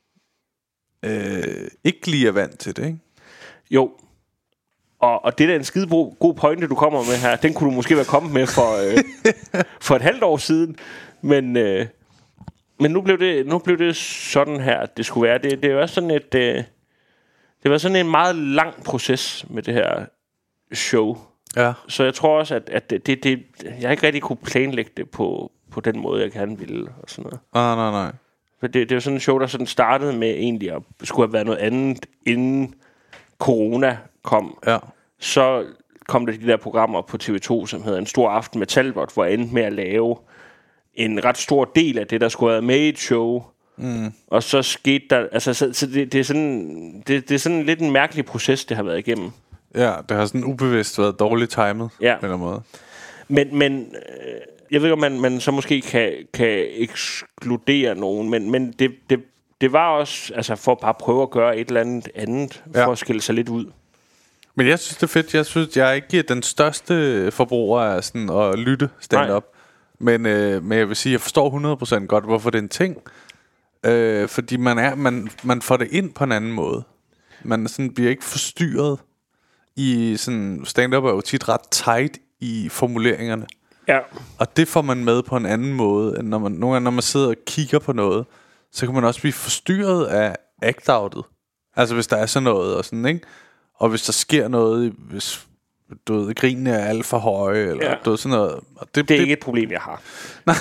øh, ikke lige er vant til det, ikke? Jo. Og, og det er da en skide god pointe, du kommer med her. Den kunne du måske være kommet med for, øh, for et halvt år siden. Men, øh, men nu, blev det, nu blev det sådan her, det skulle være. Det, det var sådan et... Øh, det var sådan en meget lang proces med det her show. Ja. Så jeg tror også, at, at det, det, det, jeg ikke rigtig kunne planlægge det på, på den måde, jeg gerne ville. Og sådan noget. Ah, nej, nej. For det, det var sådan en show, der sådan startede med egentlig at skulle have været noget andet, inden corona kom. Ja. Så kom der de der programmer på T V to, som hedder En Stor Aften med Talbot, hvor jeg endte med at lave en ret stor del af det, der skulle have med i et show. Mm. Og så skete der... Altså, så, så det, det, er sådan, det, det er sådan lidt en mærkelig proces, det har været igennem. Ja, det har sådan ubevidst været dårligt timet, ja. på en måde. Men, men øh, jeg ved ikke, om man, man så måske kan, kan ekskludere nogen, men, men det, det, det var også altså for at bare prøve at gøre et eller andet andet, for ja. At skille sig lidt ud. Men jeg synes, det er fedt. Jeg synes, jeg er ikke den største forbruger af sådan at lytte stand-up. Men, øh, men jeg vil sige, jeg forstår hundrede procent godt, hvorfor det er en ting. Øh, fordi man, er, man, man får det ind på en anden måde. Man sådan bliver ikke forstyrret i sådan... Stand-up er jo tit ret tight i formuleringerne. Ja. Og det får man med på en anden måde, end når man, nogle gange, når man sidder og kigger på noget, så kan man også blive forstyrret af act-outet. Altså hvis der er sådan noget og sådan, ikke? Og hvis der sker noget, hvis du ved, grinene er alt for høje, eller ja. Du ved, sådan noget. Og det, det er det, ikke et problem, jeg har. Nej.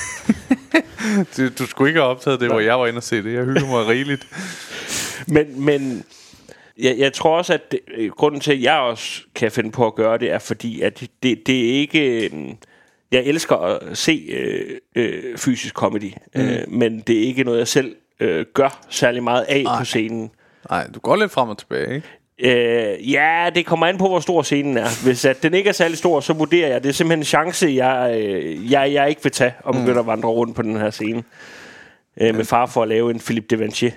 du, du skulle ikke have optaget det, Nej. Hvor jeg var inde og se det. Jeg hygger mig rigeligt. Men, men jeg, jeg tror også, at det, grunden til, at jeg også kan finde på at gøre det, er fordi, at det, det er ikke... Jeg elsker at se øh, øh, fysisk comedy, mm. øh, men det er ikke noget, jeg selv øh, gør særlig meget af Ej. På scenen. Nej, du går lidt frem og tilbage, ikke? Øh, ja, det kommer an på, hvor stor scenen er. Hvis at den ikke er særlig stor, så vurderer jeg, det er simpelthen en chance, jeg, øh, jeg, jeg ikke vil tage, og begynde mm. at vandre rundt på den her scene. Øh, med far for at lave en Philippe Devanchier.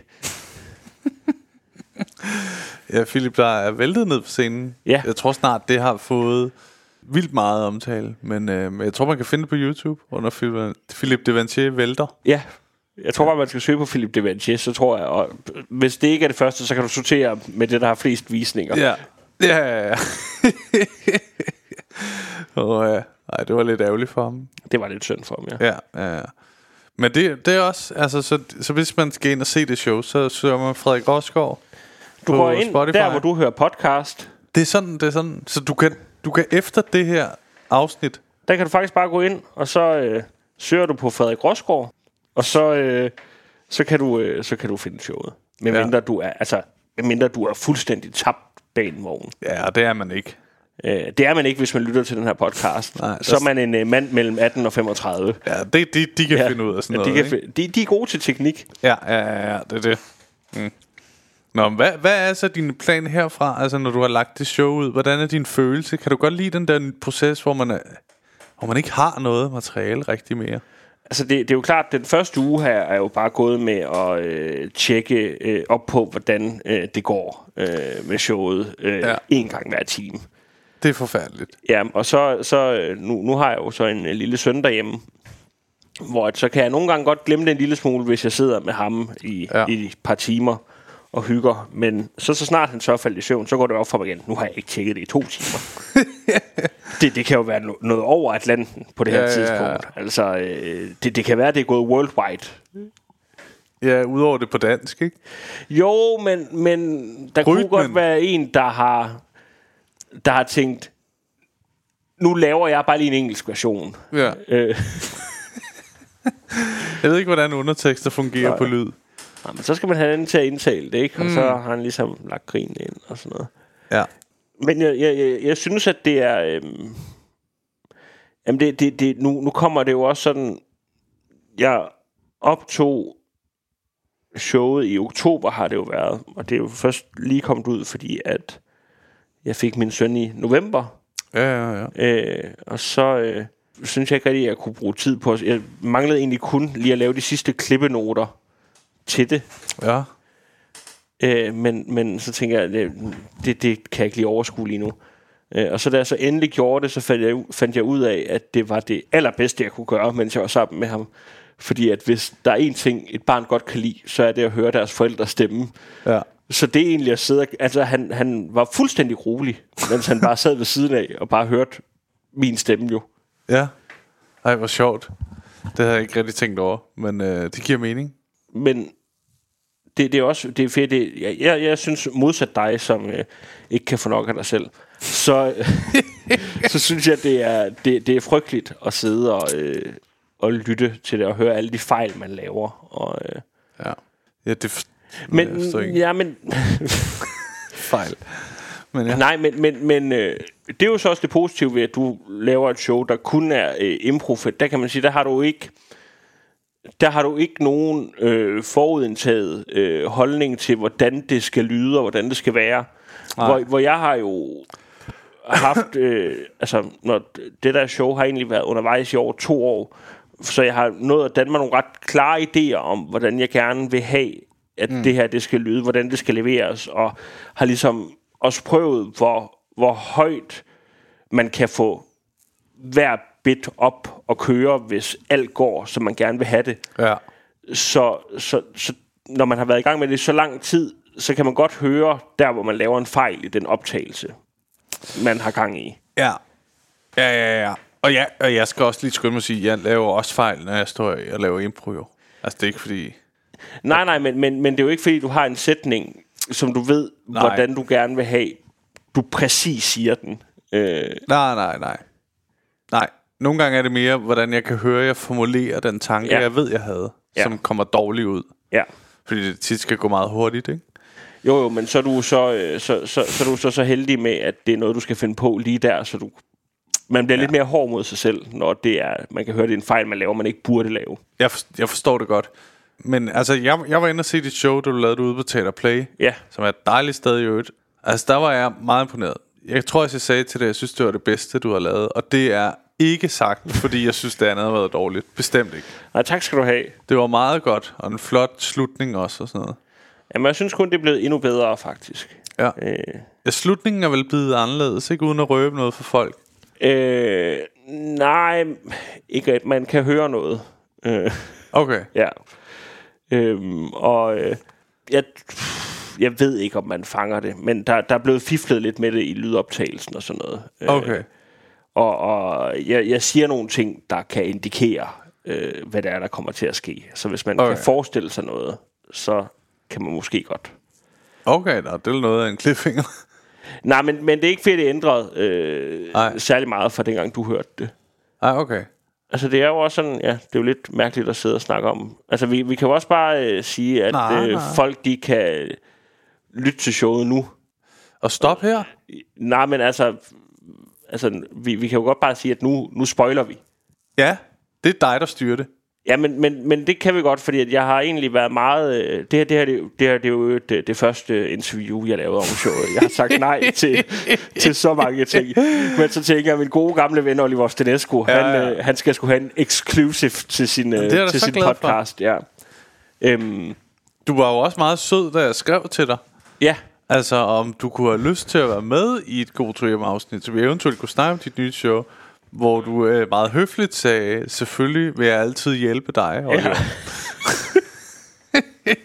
Ja, Philip, der er væltet ned på scenen. Ja. Jeg tror snart, det har fået vildt meget omtale. Men øh, jeg tror, man kan finde det på YouTube under Philippe Devanchier vælter. Ja. Jeg tror bare, man skal søge på Philippe Devanchier, så tror jeg, og hvis det ikke er det første, så kan du sortere med det, der har flest visninger. Ja, ja, ja, ja. oh, ja. Ej, det var lidt ærgerligt for ham. Det var lidt synd for ham, ja. Ja, ja, ja. Men det, det er også, altså, så, så hvis man skal ind og se det show, så søger man Frederik Rosgaard. Du går ind Spotify. Der, hvor du hører podcast. Det er sådan, det er sådan, så du kan, du kan efter det her afsnit, der kan du faktisk bare gå ind, og så øh, søger du på Frederik Rosgaard. Og så øh, så kan du øh, så kan du finde showet. Men ja. mindre du er altså mindre du er fuldstændig tabt bag en vogn. Ja, det er man ikke. Øh, det er man ikke, hvis man lytter til den her podcast. Nej, så er man en øh, mand mellem atten og femogtredive. Ja, det de, de kan ja, finde ud af sådan ja, noget. De, kan, de, de er gode til teknik. Ja, ja, ja, ja, det er det. Mm. Nå, hvad, hvad er så din plan herfra? Altså, når du har lagt det show ud, hvordan er din følelse? Kan du godt lide den der proces, hvor man er, hvor man ikke har noget materiale rigtig mere? Altså det, det er jo klart, at den første uge her er jo bare gået med at øh, tjekke øh, op på, hvordan øh, det går øh, med showet øh, ja. en gang hver time. Det er forfærdeligt. Ja, og så, så nu, nu har jeg jo så en, en lille søn derhjemme, hvor så kan jeg nogle gange godt glemme det en lille smule, hvis jeg sidder med ham i, ja. i et par timer og hygger. Men så, så snart han så er faldet i søvn, så går det op for mig igen. Nu har jeg ikke tjekket det i to timer. det, det kan jo være no- noget over Atlanten på det her ja, tidspunkt. Ja, ja. Altså, øh, det, det kan være, det er gået worldwide. Ja, udover det på dansk, ikke? Jo, men, men der Rytmen. kunne godt være en, der har, der har tænkt, nu laver jeg bare lige en engelsk version. Ja. Øh. Jeg ved ikke, hvordan undertekster fungerer Nå, på lyd. Ja, men så skal man have den til at indtale det, ikke? Og mm. så har han ligesom lagt grin ind og sådan noget. Ja. Men jeg, jeg, jeg, jeg synes, at det er... Øhm, jamen, det, det, det, nu, nu kommer det jo også sådan... Jeg optog showet i oktober, har det jo været. Og det er jo først lige kommet ud, fordi at jeg fik min søn i november. Ja, ja, ja. Øh, og så øh, synes jeg ikke rigtig, at jeg kunne bruge tid på... Jeg manglede egentlig kun lige at lave de sidste klippenoter til det. Ja. Øh, men, men så tænker jeg, det, det, det kan jeg ikke lige overskue lige nu. Øh, og så da jeg så endelig gjorde det, så fandt jeg, fandt jeg ud af, at det var det allerbedste, jeg kunne gøre, mens jeg var sammen med ham. Fordi at hvis der er en ting, et barn godt kan lide, så er det at høre deres forældres stemme. Ja. Så det er egentlig at sidde... Altså, han, han var fuldstændig rolig, mens han bare sad ved siden af og bare hørte min stemme jo. Ja. Ej, hvor sjovt. Det havde jeg ikke rigtig tænkt over, men øh, det giver mening. Men det, det er også... Det er fedt, det, jeg, jeg, jeg synes, modsat dig, som øh, ikke kan få nok af dig selv, så, så synes jeg, det er, det, det er frygteligt at sidde og... Øh, og lytte til det og høre alle de fejl man laver og øh. ja ja det for, men ja men fejl men ja. nej men men men øh, det er jo så også det positive ved at du laver et show der kun er øh, impro. Der kan man sige der har du ikke der har du ikke nogen øh, forudindtaget øh, holdning til hvordan det skal lyde og hvordan det skal være. Hvor, hvor jeg har jo haft øh, altså når det der show har egentlig været undervejs i over to år. Så jeg har nået at danne mig nogle ret klare idéer om, hvordan jeg gerne vil have, at mm. det her det skal lyde, hvordan det skal leveres, og har ligesom også prøvet, hvor, hvor højt man kan få hver bit op og køre, hvis alt går, som man gerne vil have det. Ja. Så, så, så når man har været i gang med det i så lang tid, så kan man godt høre der, hvor man laver en fejl i den optagelse, man har gang i. Ja, ja, ja, ja. Og, ja, og jeg skal også lige skynde mig at sige, at jeg laver også fejl, når jeg står og laver impro jo. Altså det er ikke fordi... Nej, nej, men, men, men det er jo ikke fordi, du har en sætning, som du ved, nej. Hvordan du gerne vil have. Du præcis siger den. Øh. Nej, nej, nej. Nej, nogle gange er det mere, hvordan jeg kan høre, jeg formulerer den tanke, ja. Jeg ved, jeg havde, ja. Som kommer dårligt ud. Ja. Fordi det tit skal gå meget hurtigt, ikke? Jo, jo, men så er du så, øh, så, så, så, er du så, så heldig med, at det er noget, du skal finde på lige der, så du... Man bliver ja. Lidt mere hård mod sig selv, når det er, man kan høre, det er en fejl, man laver, man ikke burde lave. Jeg, for, jeg forstår det godt. Men altså, jeg, jeg var inde og se dit show, du lavede ude på Teater Play, ja. Som er et dejligt sted i øvrigt. Altså, der var jeg meget imponeret. Jeg tror, jeg sagde til det, jeg synes, det var det bedste, du har lavet. Og det er ikke sagt, fordi jeg synes, det andet har været dårligt. Bestemt ikke. Nej, tak skal du have. Det var meget godt, og en flot slutning også, og sådan noget. Jamen, jeg synes kun, det er blevet endnu bedre, faktisk. Ja. Øh. Ja, slutningen er vel blevet anderledes, ikke? Uden at røbe noget for folk. Øh, nej, ikke at man kan høre noget. Øh, okay. Ja. Øhm, og øh, jeg, jeg ved ikke, om man fanger det, men der, der er blevet fiflet lidt med det i lydoptagelsen og sådan noget. Okay. Øh, og og jeg, jeg siger nogle ting, der kan indikere, øh, hvad det er, der kommer til at ske. Så hvis man okay. kan forestille sig noget, så kan man måske godt. Okay, da, det er noget af en cliffhanger. Nej, men, men det er ikke fedt, det ændret øh, særlig meget fra dengang, du hørte det. Ej, okay. Altså, det er jo også sådan, ja, det er jo lidt mærkeligt at sidde og snakke om. Altså, vi, vi kan jo også bare øh, sige, at nej, øh, nej. folk, de kan lytte til showet nu. Og stop her? Nej, men altså, altså vi, vi kan jo godt bare sige, at nu, nu spoiler vi. Ja, det er dig, der styrer det. Ja, men, men, men det kan vi godt, fordi at jeg har egentlig været meget... Øh, det her, det her, det, det her, det er jo det, det første interview, jeg lavede om showet. Jeg har sagt nej til, til så mange ting. Men så tænker jeg, min gode gamle ven Oliver Stenescu, ja, han, ja. Øh, han skal sgu have en exclusive til sin, øh, til sin podcast. Ja. Øhm, du var jo også meget sød, da jeg skrev til dig. Ja. Altså, om du kunne have lyst til at være med i et God To Hjem-afsnit, så vi eventuelt kunne snakke om dit nye show, hvor du øh, meget høfligt sagde, selvfølgelig vil jeg altid hjælpe dig, Oliver. Ja.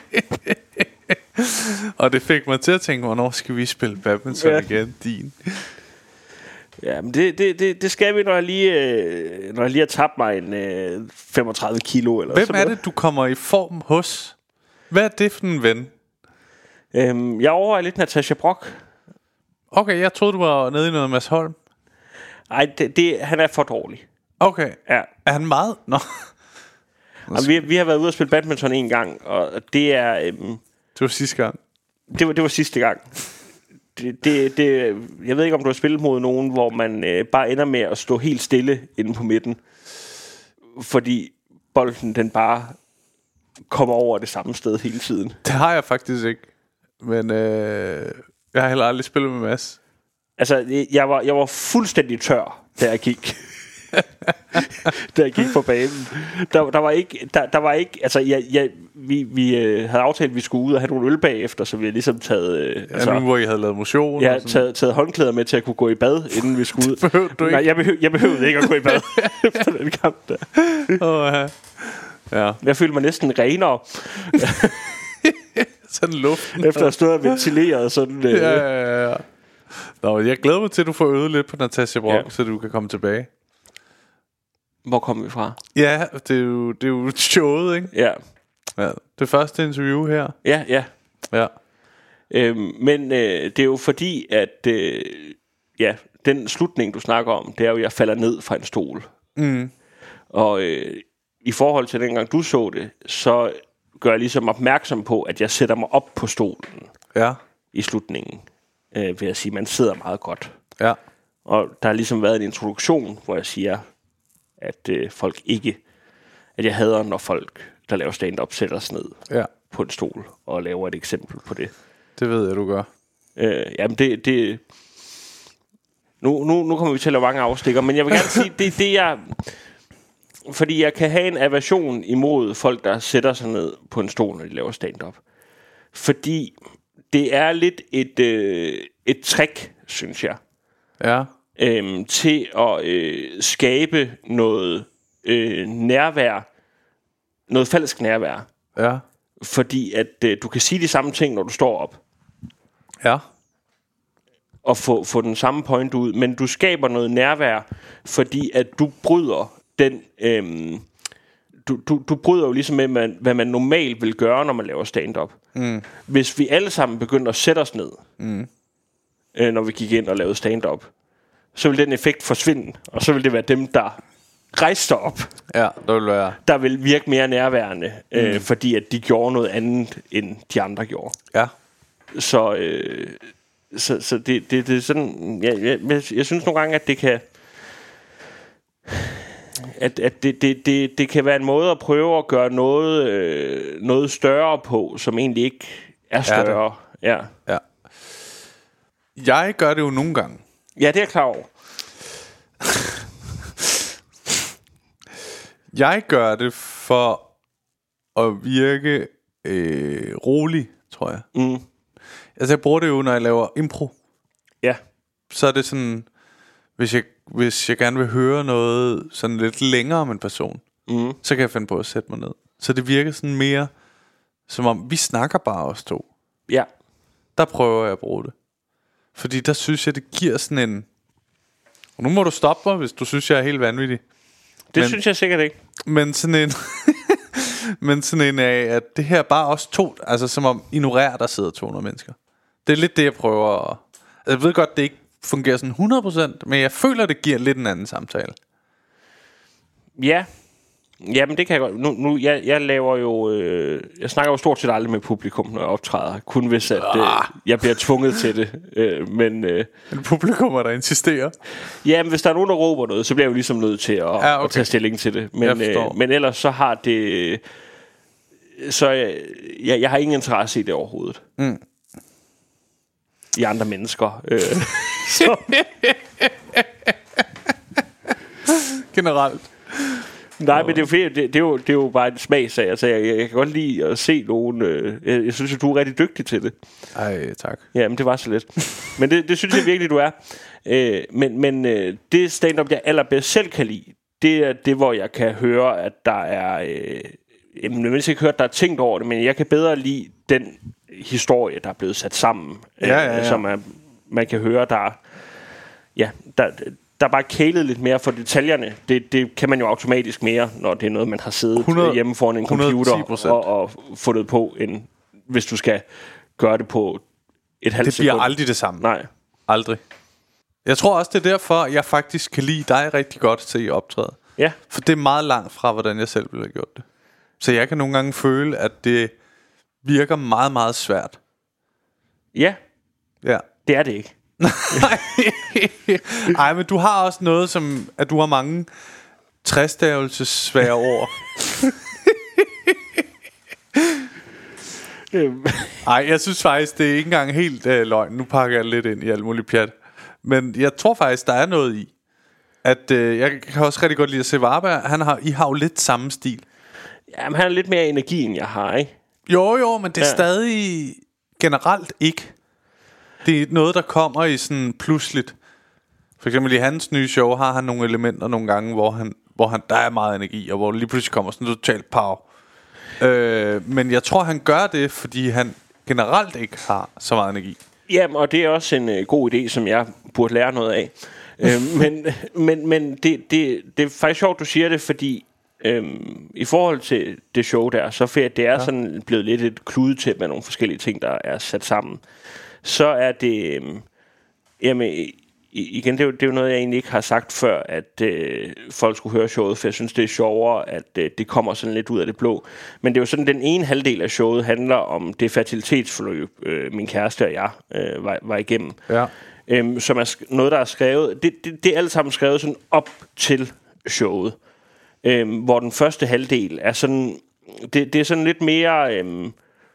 Og det fik mig til at tænke, hvornår skal vi spille badminton ja. igen, din? Ja, men det, det, det, det skal vi, når jeg lige, øh, når jeg lige har tabt mig en øh, femogtredive kilo. Eller Hvem sådan er noget. det, du kommer i form hos? Hvad er det for en ven? Øhm, jeg overvejer lidt Natasha Brock. Okay, jeg troede, du var nede i noget Mads Holm. Nej, det, det, han er for dårlig. Okay. Ja. Er han meget? Nå. Jamen, vi, vi har været ude og spille badminton en gang, og det er... Øhm, det var sidste gang. Det var, det var sidste gang. Det, det, det, jeg ved ikke, om du har spillet mod nogen, hvor man øh, bare ender med at stå helt stille inde på midten. Fordi bolden, den bare kommer over det samme sted hele tiden. Det har jeg faktisk ikke. Men øh, jeg har heller aldrig spillet med Mads. Altså, jeg var, jeg var fuldstændig tør, da jeg gik. Da jeg gik på banen. Der, der var ikke, der, der var ikke, altså jeg, jeg, vi, vi øh, havde aftalt, at vi skulle ud og have nogle øl bagefter, så vi havde ligesom taget, øh, ja, altså, nu hvor I havde lavet motion. Ja, taget, taget håndklæder med til at kunne gå i bad, inden vi skulle ud. Behøvede du ikke? Nej, jeg, behøv, jeg behøvede ikke at gå i bad efter den kamp der. Oh, ja. Ja. Jeg følte mig næsten renere. Sådan luften. Efter at have stået og ventileret sådan. Øh. Ja, ja, ja. Nå, jeg glæder mig til, at du får øvet lidt på Natasja Brock, ja. Så du kan komme tilbage. Hvor kom vi fra? Ja, det er jo, det er jo showet, ikke? Ja. Ja. Det første interview her. Ja, ja. Ja. Øhm, men øh, det er jo fordi, at øh, ja, den slutning, du snakker om, det er jo, at jeg falder ned fra en stol. Mm. Og øh, i forhold til dengang du så det, så gør jeg ligesom opmærksom på, at jeg sætter mig op på stolen. Ja. I slutningen. Øh, vil jeg sige, man sidder meget godt. Ja. Og der har ligesom været en introduktion, hvor jeg siger, at øh, folk ikke, at jeg hader, når folk, der laver stand-up, sætter sig ned ja. på en stol og laver et eksempel på det. Det ved jeg, du gør. Øh, jamen det, det nu, nu, nu kommer vi til at lave mange afstikker, men jeg vil gerne sige, det det jeg, fordi jeg kan have en aversion imod folk, der sætter sig ned på en stol, når de laver stand-up. Fordi det er lidt et, øh, et trick, synes jeg. Ja. Øhm, til at øh, skabe noget øh, nærvær, noget falsk nærvær. Ja. Fordi at øh, du kan sige de samme ting, når du står op. Ja. Og få, få den samme point ud. Men du skaber noget nærvær, fordi at du bryder den... Øhm, du, du, du bryder jo ligesom med, man, hvad man normalt vil gøre, når man laver stand-up. Mm. Hvis vi alle sammen begyndte at sætte os ned, mm. øh, når vi gik ind og lavede stand-up, så vil den effekt forsvinde, og så vil det være dem, der rejste op. Ja, det vil være. Der vil virke mere nærværende, mm. øh, fordi at de gjorde noget andet, end de andre gjorde. Ja. Så, øh, så, så det, det, det er sådan... Jeg, jeg, jeg synes nogle gange, at det kan... At, at det, det, det, det kan være en måde at prøve at gøre noget, øh, noget større på, som egentlig ikke er større. Er ja. Ja. Jeg gør det jo nogle gange. Ja, det er jeg klar over. Jeg gør det for at virke øh, rolig, tror jeg. Mm. Altså jeg bruger det jo, når jeg laver impro. Ja. Så er det sådan, hvis jeg, hvis jeg gerne vil høre noget sådan lidt længere om en person, mm. så kan jeg finde på at sætte mig ned. Så det virker sådan mere, som om vi snakker bare os to. Ja. Der prøver jeg at bruge det. Fordi der synes jeg, det giver sådan en... Og nu må du stoppe mig, hvis du synes, jeg er helt vanvittig. Det men, synes jeg sikkert ikke. Men sådan en... men sådan en af, at det her bare også to... Altså som om ignorerer, der sidder to hundrede mennesker. Det er lidt det, jeg prøver at... Altså, jeg ved godt, det ikke fungerer sådan hundrede procent, men jeg føler, det giver lidt en anden samtale. Ja. Jamen det kan jeg godt. Nu, nu jeg, jeg laver jo øh, jeg snakker jo stort set aldrig med publikum, når jeg optræder. Kun hvis at øh, jeg bliver tvunget til det. øh, Men øh, en publikum, der insisterer. Jamen hvis der er nogen, der råber noget, så bliver jeg jo ligesom nødt til at, ja, okay. at tage stilling til det. Men, øh, men ellers så har det Så jeg, jeg, jeg har ingen interesse i det overhovedet. mm. I andre mennesker. øh, så. Generelt. Nej, men det er jo, det, det er jo, det er jo bare en smagsag. Altså, jeg, jeg kan godt lide at se nogen... Øh, jeg, jeg synes, at du er rigtig dygtig til det. Ej, tak. Ja, men det var så let. Men det, det synes jeg virkelig, du er. Øh, men men øh, det stand-up, jeg allerbedst selv kan lide, det er det, hvor jeg kan høre, at der er... Øh, jamen, jeg vil ikke høre, at der er tænkt over det, men jeg kan bedre lide den historie, der er blevet sat sammen. Ja, ja, ja. Øh, som er, man kan høre, der... Ja, der... Der er bare kælet lidt mere for detaljerne. Det, det kan man jo automatisk mere, når det er noget, man har siddet hundrede, hjemme foran en computer og, og fundet på, end hvis du skal gøre det på et halvt Det bliver sekund. aldrig det samme. Nej. Aldrig. Jeg tror også, det er derfor, jeg faktisk kan lide dig rigtig godt til at optræde. Ja. For det er meget langt fra, hvordan jeg selv ville have gjort det. Så jeg kan nogle gange føle, at det virker meget, meget svært. Ja. Ja. Det er det ikke. Ej, men du har også noget som at du har mange trestavelsessvære ord. Ej, jeg synes faktisk det er ikke engang helt øh, løgn. Nu pakker jeg lidt ind i alt muligt pjat. Men jeg tror faktisk der er noget i. at øh, jeg kan også rigtig godt lide at se Varberg. Han har, I har jo lidt samme stil. Jamen, han har lidt mere energi, end jeg har, ikke? Jo, jo, men det er ja. stadig generelt ikke. Det er noget, der kommer i sådan pludseligt. For eksempel i hans nye show har han nogle elementer nogle gange, hvor han, hvor han der er meget energi, og hvor lige pludselig kommer sådan en total power. Øh, men jeg tror, han gør det, fordi han generelt ikke har så meget energi. Jamen, og det er også en øh, god idé, som jeg burde lære noget af. øh, men men, men det, det, det er faktisk sjovt, du siger det, fordi øhm, i forhold til det show der, så for det er ja. sådan blevet lidt et kludetæppe med nogle forskellige ting, der er sat sammen. Så er det øhm, jamen igen, det er, jo, det er jo noget, jeg egentlig ikke har sagt før, at øh, folk skulle høre showet, for jeg synes, det er sjovere, at øh, det kommer sådan lidt ud af det blå. Men det er jo sådan, den ene halvdel af showet handler om det fertilitetsforløb, øh, min kæreste og jeg øh, var, var igennem. Ja. Øhm, som er sk- noget, der er skrevet, det, det, det er alt sammen skrevet sådan op til showet. Øhm, hvor den første halvdel er sådan, det, det er sådan lidt mere øhm,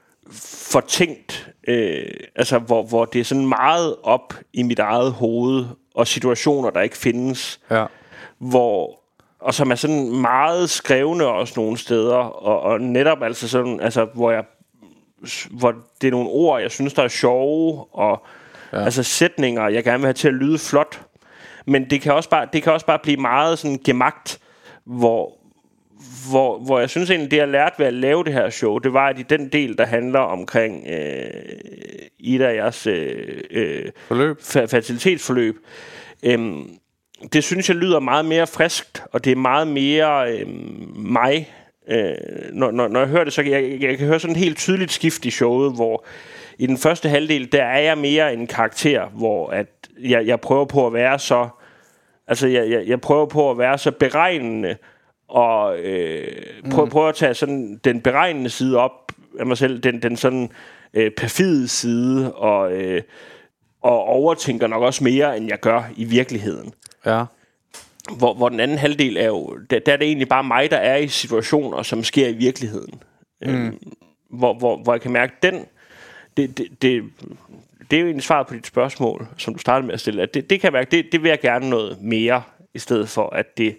fortænkt, øh, altså hvor, hvor det er sådan meget op i mit eget hoved, og situationer, der ikke findes, ja. hvor, og som er sådan meget skrevne også nogle steder, og, og netop altså sådan, altså hvor jeg, hvor det er nogle ord, jeg synes, der er sjove, og ja. altså sætninger, jeg gerne vil have til at lyde flot, men det kan også bare, det kan også bare blive meget sådan gemagt, hvor Hvor, hvor jeg synes egentlig, det jeg lærte ved at lave det her show, det var, at i den del, der handler omkring øh, Ida og jeres øh, øh, fa- fertilitetsforløb, øh, det synes jeg lyder meget mere friskt, og det er meget mere øh, mig. Øh, når, når, når jeg hører det, så kan jeg, jeg kan høre sådan et helt tydeligt skift i showet, hvor i den første halvdel, der er jeg mere en karakter, hvor at jeg, jeg prøver på at være så, altså jeg, jeg, jeg prøver på at være så beregnende, og øh, prøv, mm. prøv at tage sådan den beregnende side op af mig selv, den, den sådan øh, perfide side, og, øh, og overtænker nok også mere, end jeg gør i virkeligheden. Ja. Hvor, hvor den anden halvdel er jo, der, der er det egentlig bare mig, der er i situationer, som sker i virkeligheden. Mm. Øh, hvor, hvor, hvor jeg kan mærke, den, det, det, det, det er jo egentlig svaret på dit spørgsmål, som du startede med at stille, at det, det kan jeg mærke, det, det vil jeg gerne noget mere, i stedet for, at det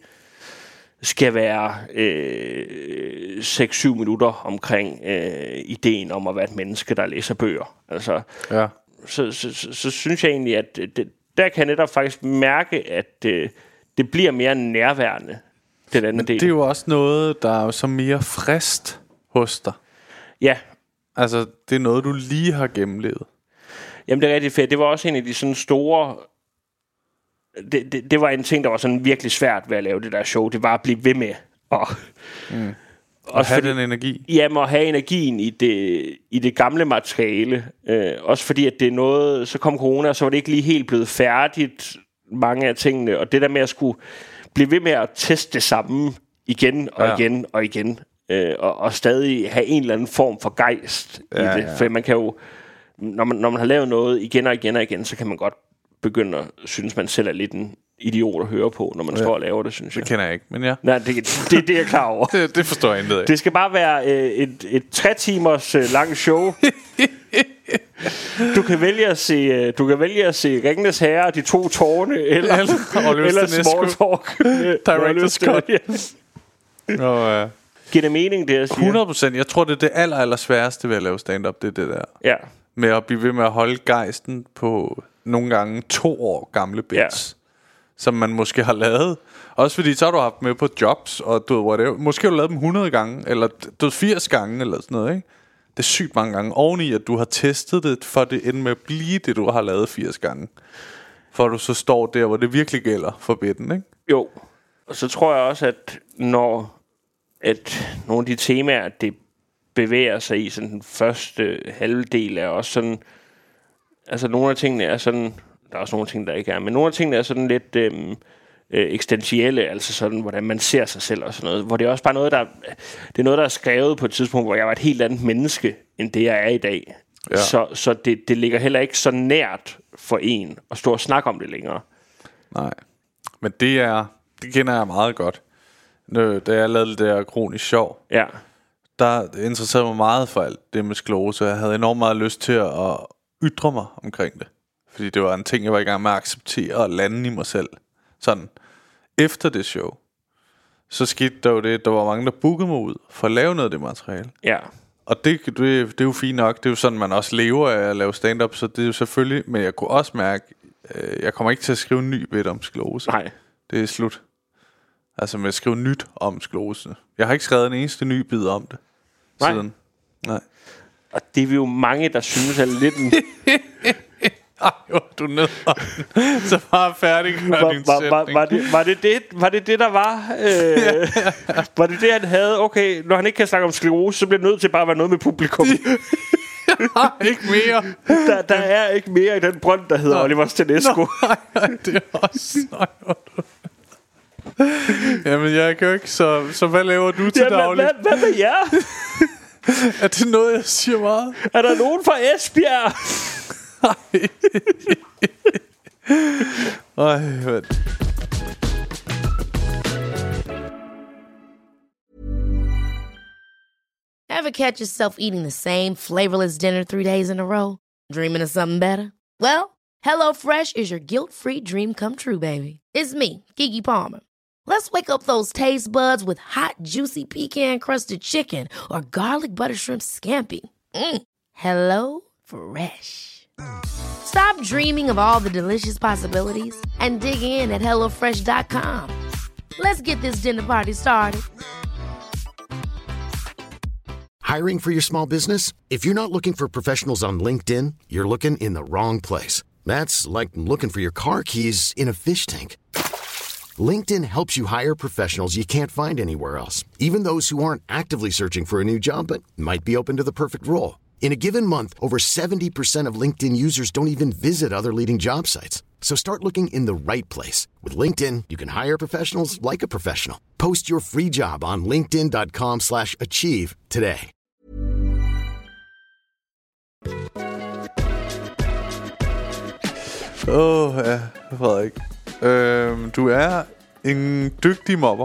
skal være øh, seks syv minutter omkring øh, ideen om at være et menneske, der læser bøger. Altså, ja. så, så, så, så synes jeg egentlig, at det, der kan jeg netop faktisk mærke, at øh, det bliver mere nærværende, den anden del. Det er jo også noget, der er så mere frist hos dig. Ja. Altså, det er noget, du lige har gennemlevet. Jamen, det er rigtig fedt. Det var også en af de sådan store... Det, det, det var en ting, der var sådan virkelig svært ved at lave det der show. Det var at blive ved med og, mm. og have fordi, den energi. Jamen at have energien i det, i det gamle materiale. øh, Også fordi at det er noget. Så kom corona, og så var det ikke lige helt blevet færdigt, mange af tingene. Og det der med at skulle blive ved med at teste det samme igen og ja. igen og igen, øh, og, og stadig have en eller anden form for gejst ja, i det. Ja. For man kan jo, når man, når man har lavet noget igen og igen og igen, så kan man godt begynde at synes, man selv er lidt en idiot at høre på, når man ja. står og laver det, synes jeg. Det kender jeg ikke, men ja. Nej, det, det, det er jeg klar over. det, det forstår jeg ikke. Det skal bare være øh, et, et tre timers øh, langt show. Du kan vælge at se, øh, du kan vælge at se Ringenes Herre, De to tårne, eller, eller, eller Small Talk. Director's Cut. Nå, uh, giver det mening, det jeg siger? hundrede procent. Jeg tror, det er det aller, aller sværeste ved at lave stand-up, det er det der. Ja. Med at blive ved med at holde gejsten på nogle gange to år gamle bits, ja. Som man måske har lavet. Også fordi så har du haft med på jobs, og du ved, whatever. Måske har du lavet dem hundrede gange, eller du ved, firs gange, eller sådan noget, ikke? Det er sygt mange gange. Oveni, at du har testet det, for det ender med at blive det, du har lavet firs gange. For du så står der, hvor det virkelig gælder for bitten, ikke? Jo. Og så tror jeg også, at når at nogle af de temaer, det bevæger sig i, sådan den første halvdel er også sådan, altså nogle af tingene er sådan, der er også nogle ting, der ikke er, men nogle af tingene er sådan lidt øhm, øh, eksistentielle, altså sådan, hvordan man ser sig selv og sådan noget, hvor det er også bare noget, der, det er noget, der er skrevet på et tidspunkt, hvor jeg var et helt andet menneske, end det jeg er i dag. Ja. Så, så det, det ligger heller ikke så nært for en at stå og snakke om det længere. Nej, men det er, det kender jeg meget godt. Nå, da jeg lavede det der kronisk sjov, ja. Der interesserede mig meget for alt det med sklerose. Jeg havde enormt meget lyst til at ytre mig omkring det, fordi det var en ting, jeg var i gang med at acceptere og lande i mig selv. Sådan, efter det show, så skete der jo det, der var mange, der bookede mig ud for at lave noget af det materiale. Ja. Og det, det, det er jo fint nok. Det er jo sådan, man også lever af at lave stand-up, så det er jo selvfølgelig... Men jeg kunne også mærke, øh, jeg kommer ikke til at skrive en ny bit om sklerose. Nej. Det er slut. Altså med at skrive nyt om sklerose. Jeg har ikke skrevet en eneste ny bid om det. Nej. Siden. Nej. Og det er vi jo mange, der synes er lidt en... Ej, jo, du ned. Så bare færdig var, din var, var, var, det, var, det det, var det det, der var? Øh, var det det, han havde? Okay, når han ikke kan snakke om sklerose, så bliver det nødt til bare at være noget med publikum. Ikke mere. Der, der er ikke mere i den brønd, der hedder Nå. Oliver Stenesco. Nej, nej, det er også... Nej, jamen, jeg kan jo ikke... Så, så hvad laver du til Jamen, daglig? Hvad, hvad med jer? Er det noget, jeg siger meget? Er der nogen fra Esbjerg? Ej, hvad? Ever catch yourself eating the same flavorless dinner three days in a row? Dreaming of something better? Well, HelloFresh is your guilt-free dream come true, baby. It's me, Keke Palmer. Let's wake up those taste buds with hot, juicy pecan-crusted chicken or garlic butter shrimp scampi. Mm. Hello Fresh. Stop dreaming of all the delicious possibilities and dig in at hello fresh dot com. Let's get this dinner party started. Hiring for your small business? If you're not looking for professionals on LinkedIn, you're looking in the wrong place. That's like looking for your car keys in a fish tank. LinkedIn helps you hire professionals you can't find anywhere else, even those who aren't actively searching for a new job but might be open to the perfect role. In a given month, over seventy percent of LinkedIn users don't even visit other leading job sites. So start looking in the right place. With LinkedIn, you can hire professionals like a professional. Post your free job on linkedin dot com slash achieve today. Åh, oh, ja, Frederik. Øhm, du er en dygtig mobber.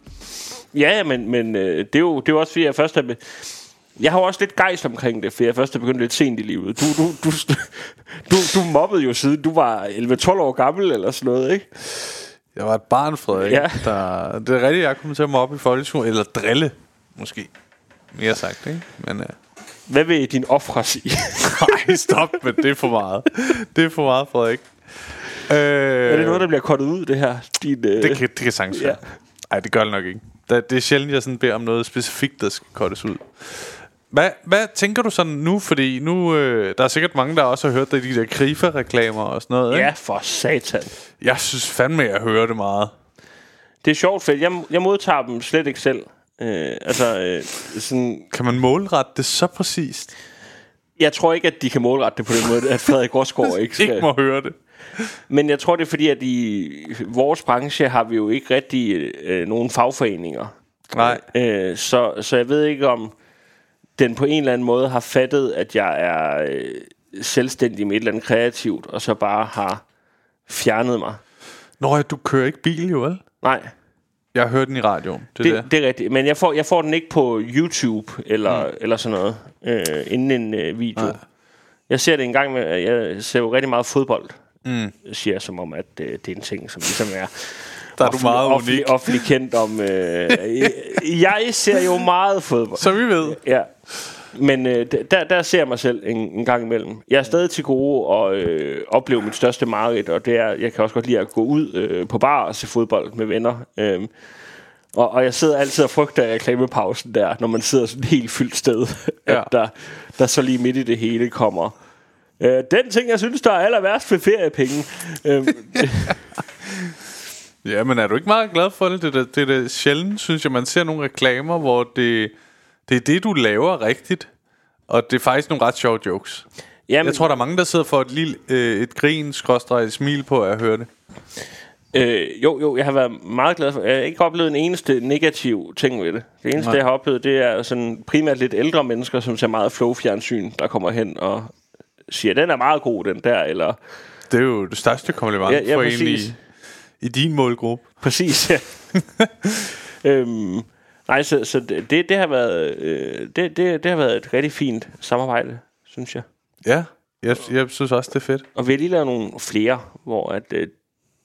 Ja, men, men øh, det, er jo, det er jo også fordi, jeg først er... Be- Jeg har jo også lidt gejst omkring det, for jeg først er begyndt lidt sent i livet. Du, du, du, du, du mobbede jo siden du var elleve tolv år gammel eller sådan noget, ikke? Jeg var et barn, Frederik. Ja. Der, det er rigtigt, jeg kom til at mobbe i folkeskolen. Eller drille, måske. Mere sagt, ikke? Men, uh... hvad vil din ofre sige? Nej, stop med det er for meget. Det er for meget, Frederik. Øh... Er det noget, der bliver kortet ud, det her? Din, øh... det, kan, det kan sagtens være. Nej, det gør det nok ikke. Det er sjældent, jeg sådan beder om noget specifikt, der skal kortes ud. Hvad, hvad tænker du sådan nu? Fordi nu, øh, der er sikkert mange, der også har hørt de der Krifa-reklamer og sådan noget, ikke? Ja, for satan. Jeg synes fandme, jeg hører det meget. Det er sjovt, for jeg, jeg modtager dem slet ikke selv. Øh, altså, øh, sådan... Kan man målrette det så præcist? Jeg tror ikke, at de kan målrette det på den måde, at Frederik Rosgaard ikke skal... ikke må høre det. Men jeg tror, det er fordi, at i vores branche har vi jo ikke rigtig øh, nogen fagforeninger. Nej. Øh, så, så jeg ved ikke, om den på en eller anden måde har fattet, at jeg er øh, selvstændig med et eller andet kreativt, og så bare har fjernet mig. Nå, du kører ikke bil, jo vel? Nej. Jeg har hørt den i radioen. Det, det, det. det er rigtigt. Men jeg får, jeg får den ikke på YouTube eller, mm. eller sådan noget, øh, inden en øh, video. Nej. Jeg ser det en gang med, jeg ser jo rigtig meget fodbold. Mm. Siger jeg, som om, at øh, det er en ting, som ligesom er... Der er du meget offentlig, unik. Offentlig kendt om... Øh, jeg ser jo meget fodbold. Så vi ved. Ja. Men øh, der, der ser jeg mig selv en, en gang imellem. Jeg er stadig til gode og øh, opleve mit største mareridt, og det er, jeg kan også godt lide at gå ud øh, på bar og se fodbold med venner. Øh, og, og jeg sidder altid og frygter af reklamepausen der, når man sidder sådan et helt fyldt sted, ja. at der, der så lige midt i det hele kommer... Øh, den ting, jeg synes, der er aller værst ved feriepenge. Øh, Ja, men er du ikke meget glad for det? Det er det, det, det sjældent, synes jeg, man ser nogle reklamer, hvor det, det er det, du laver rigtigt. Og det er faktisk nogle ret sjove jokes. Jamen, jeg tror, der er mange, der sidder for et, lille, øh, et grin, skråstreg, et smil på at høre det. Øh, jo, jo, jeg har været meget glad for. Jeg har ikke oplevet en eneste negativ ting ved det. Det eneste, Nej. jeg har oplevet, det er sådan primært lidt ældre mennesker, som ser meget flow-fjernsyn, der kommer hen og siger, den er meget god, den der, eller... Det er jo det største kompliment ja, ja, for en i, i din målgruppe. Præcis, ja. øhm, nej, så, så det, det, har været, øh, det, det, det har været et rigtig fint samarbejde, synes jeg. Ja, jeg, jeg synes også, det er fedt. Og vi har lige lavet nogle flere, hvor at, øh,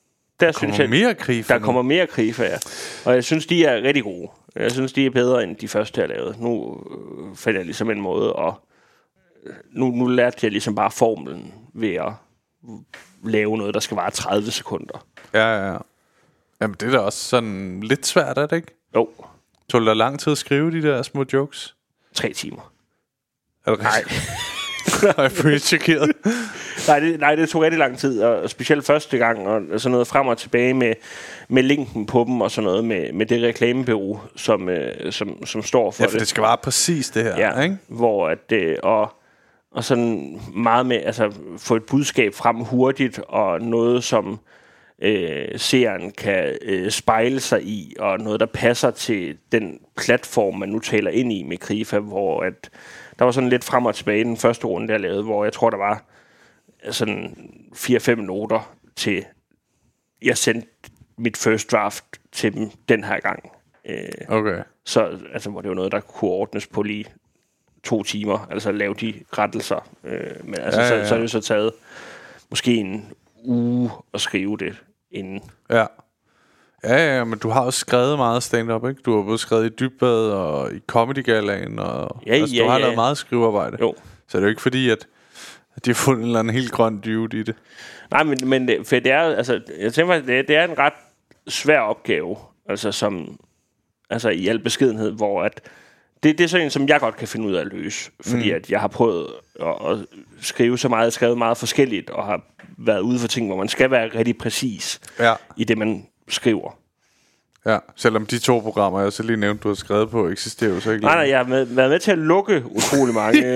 der synes jeg, mere Krifa der nu. kommer mere Krifa, ja. Og jeg synes, de er rigtig gode. Jeg synes, de er bedre end de første, jeg lavede. Nu øh, fandt jeg ligesom en måde, og nu, nu lærte jeg ligesom bare formlen ved at lave noget, der skal vare tredive sekunder. Ja, ja, ja. Jamen, det er da også sådan lidt svært, er det ikke? Jo. Tog det lang tid at skrive de der små jokes? Tre timer. Er det rigtigt? Nej. Jeg er helt chokeret. nej, det, nej, det tog rigtig lang tid, og specielt første gang, og sådan noget frem og tilbage med, med linken på dem, og sådan noget med, med det reklamebureau, som, øh, som, som står for, ja, for det. det skal være præcis det her, ja, ikke? Hvor at, øh, og, og sådan meget med, altså få et budskab frem hurtigt, og noget, som øh, seeren kan øh, spejle sig i, og noget, der passer til den platform, man nu taler ind i med Krifa, hvor at der var sådan lidt frem og tilbage i den første runde, jeg lavede, hvor jeg tror, der var sådan fire fem noter til, jeg sendte mit first draft til dem den her gang. Øh, okay. Så altså, hvor det var noget, der kunne ordnes på lige to timer, altså lave de rettelser. Øh, men altså, ja, ja, ja. Så, så er det så taget måske en uge at skrive det inden. Ja. Ja, ja, men du har også skrevet meget stand-up, ikke? Du har både skrevet i Dybbad og i Comedy Galaen, og ja, altså, ja, du har ja. lavet meget skrivearbejde. Jo. Så det er jo ikke fordi, at de har fundet en eller anden helt grøn dude i det. Nej, men, men det, for det er, altså, jeg tænker, det, det er en ret svær opgave, altså som, altså i al beskedenhed, hvor at det, det er sådan en, som jeg godt kan finde ud af at løse, fordi mm. at jeg har prøvet at, at skrive så meget, skrevet meget forskelligt, og har været ude for ting, hvor man skal være rigtig præcis ja. i det, man skriver. Ja, selvom de to programmer, jeg så lige nævnte, du har skrevet på, eksisterer jo så ikke. Nej, nej, jeg har med, været med til at lukke utrolig mange.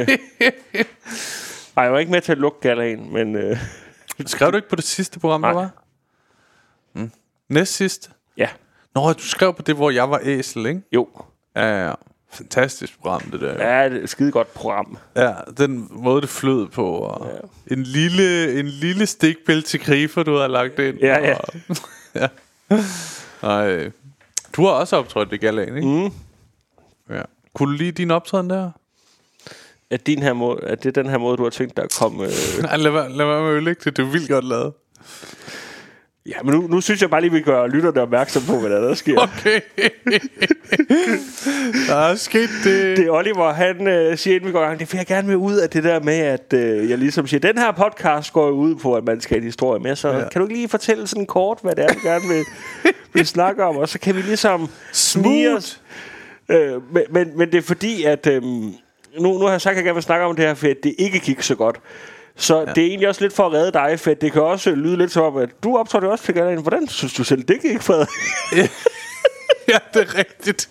Nej, jeg var ikke med til at lukke Galaen, men... Øh... Skrev du ikke på det sidste program, nej. der var? Mm. Næst sidste? Ja. Nå, du skrev på det, hvor jeg var æsel, ikke? Jo. Ja, ja. Fantastisk program, det der. Ja, det er et skide godt program. Ja, den måde, det flød på. Og ja. en, lille, en lille stikpille til Krifa, du har lagt ind. Ja, ja. Og, ja. Ej. Du har også optrådt i Galaen, ikke? Mm. Ja. Kunne du lide din optræden der? Er, din her måde, er det den her måde, du har tænkt dig at komme... Øh... Nej, lad være, lad være med at ødelægge det. Det er vildt godt lavet. Ja, men nu, nu synes jeg bare lige, vi gør lytterne opmærksom på, hvad der, der sker. Okay. Der er sket det. Det er Oliver, han øh, siger, inden vi går i gang, det vil jeg gerne med ud af det der med, at øh, jeg ligesom siger, den her podcast går ud på, at man skal have en historie med, så ja. Kan du ikke lige fortælle sådan kort, hvad det er, du gerne vil, vil snakke om, og så kan vi ligesom snige os. Øh, men, men, men det er fordi, at øh, nu, nu har jeg sagt, at jeg gerne vil snakke om det her, for det ikke gik så godt. Så ja. Det er egentlig også lidt for at redde dig, for det kan også lyde lidt som om, at du optrådte også til Galaen. Hvordan synes du selv, det gik, Frederik? Ja, det er rigtigt.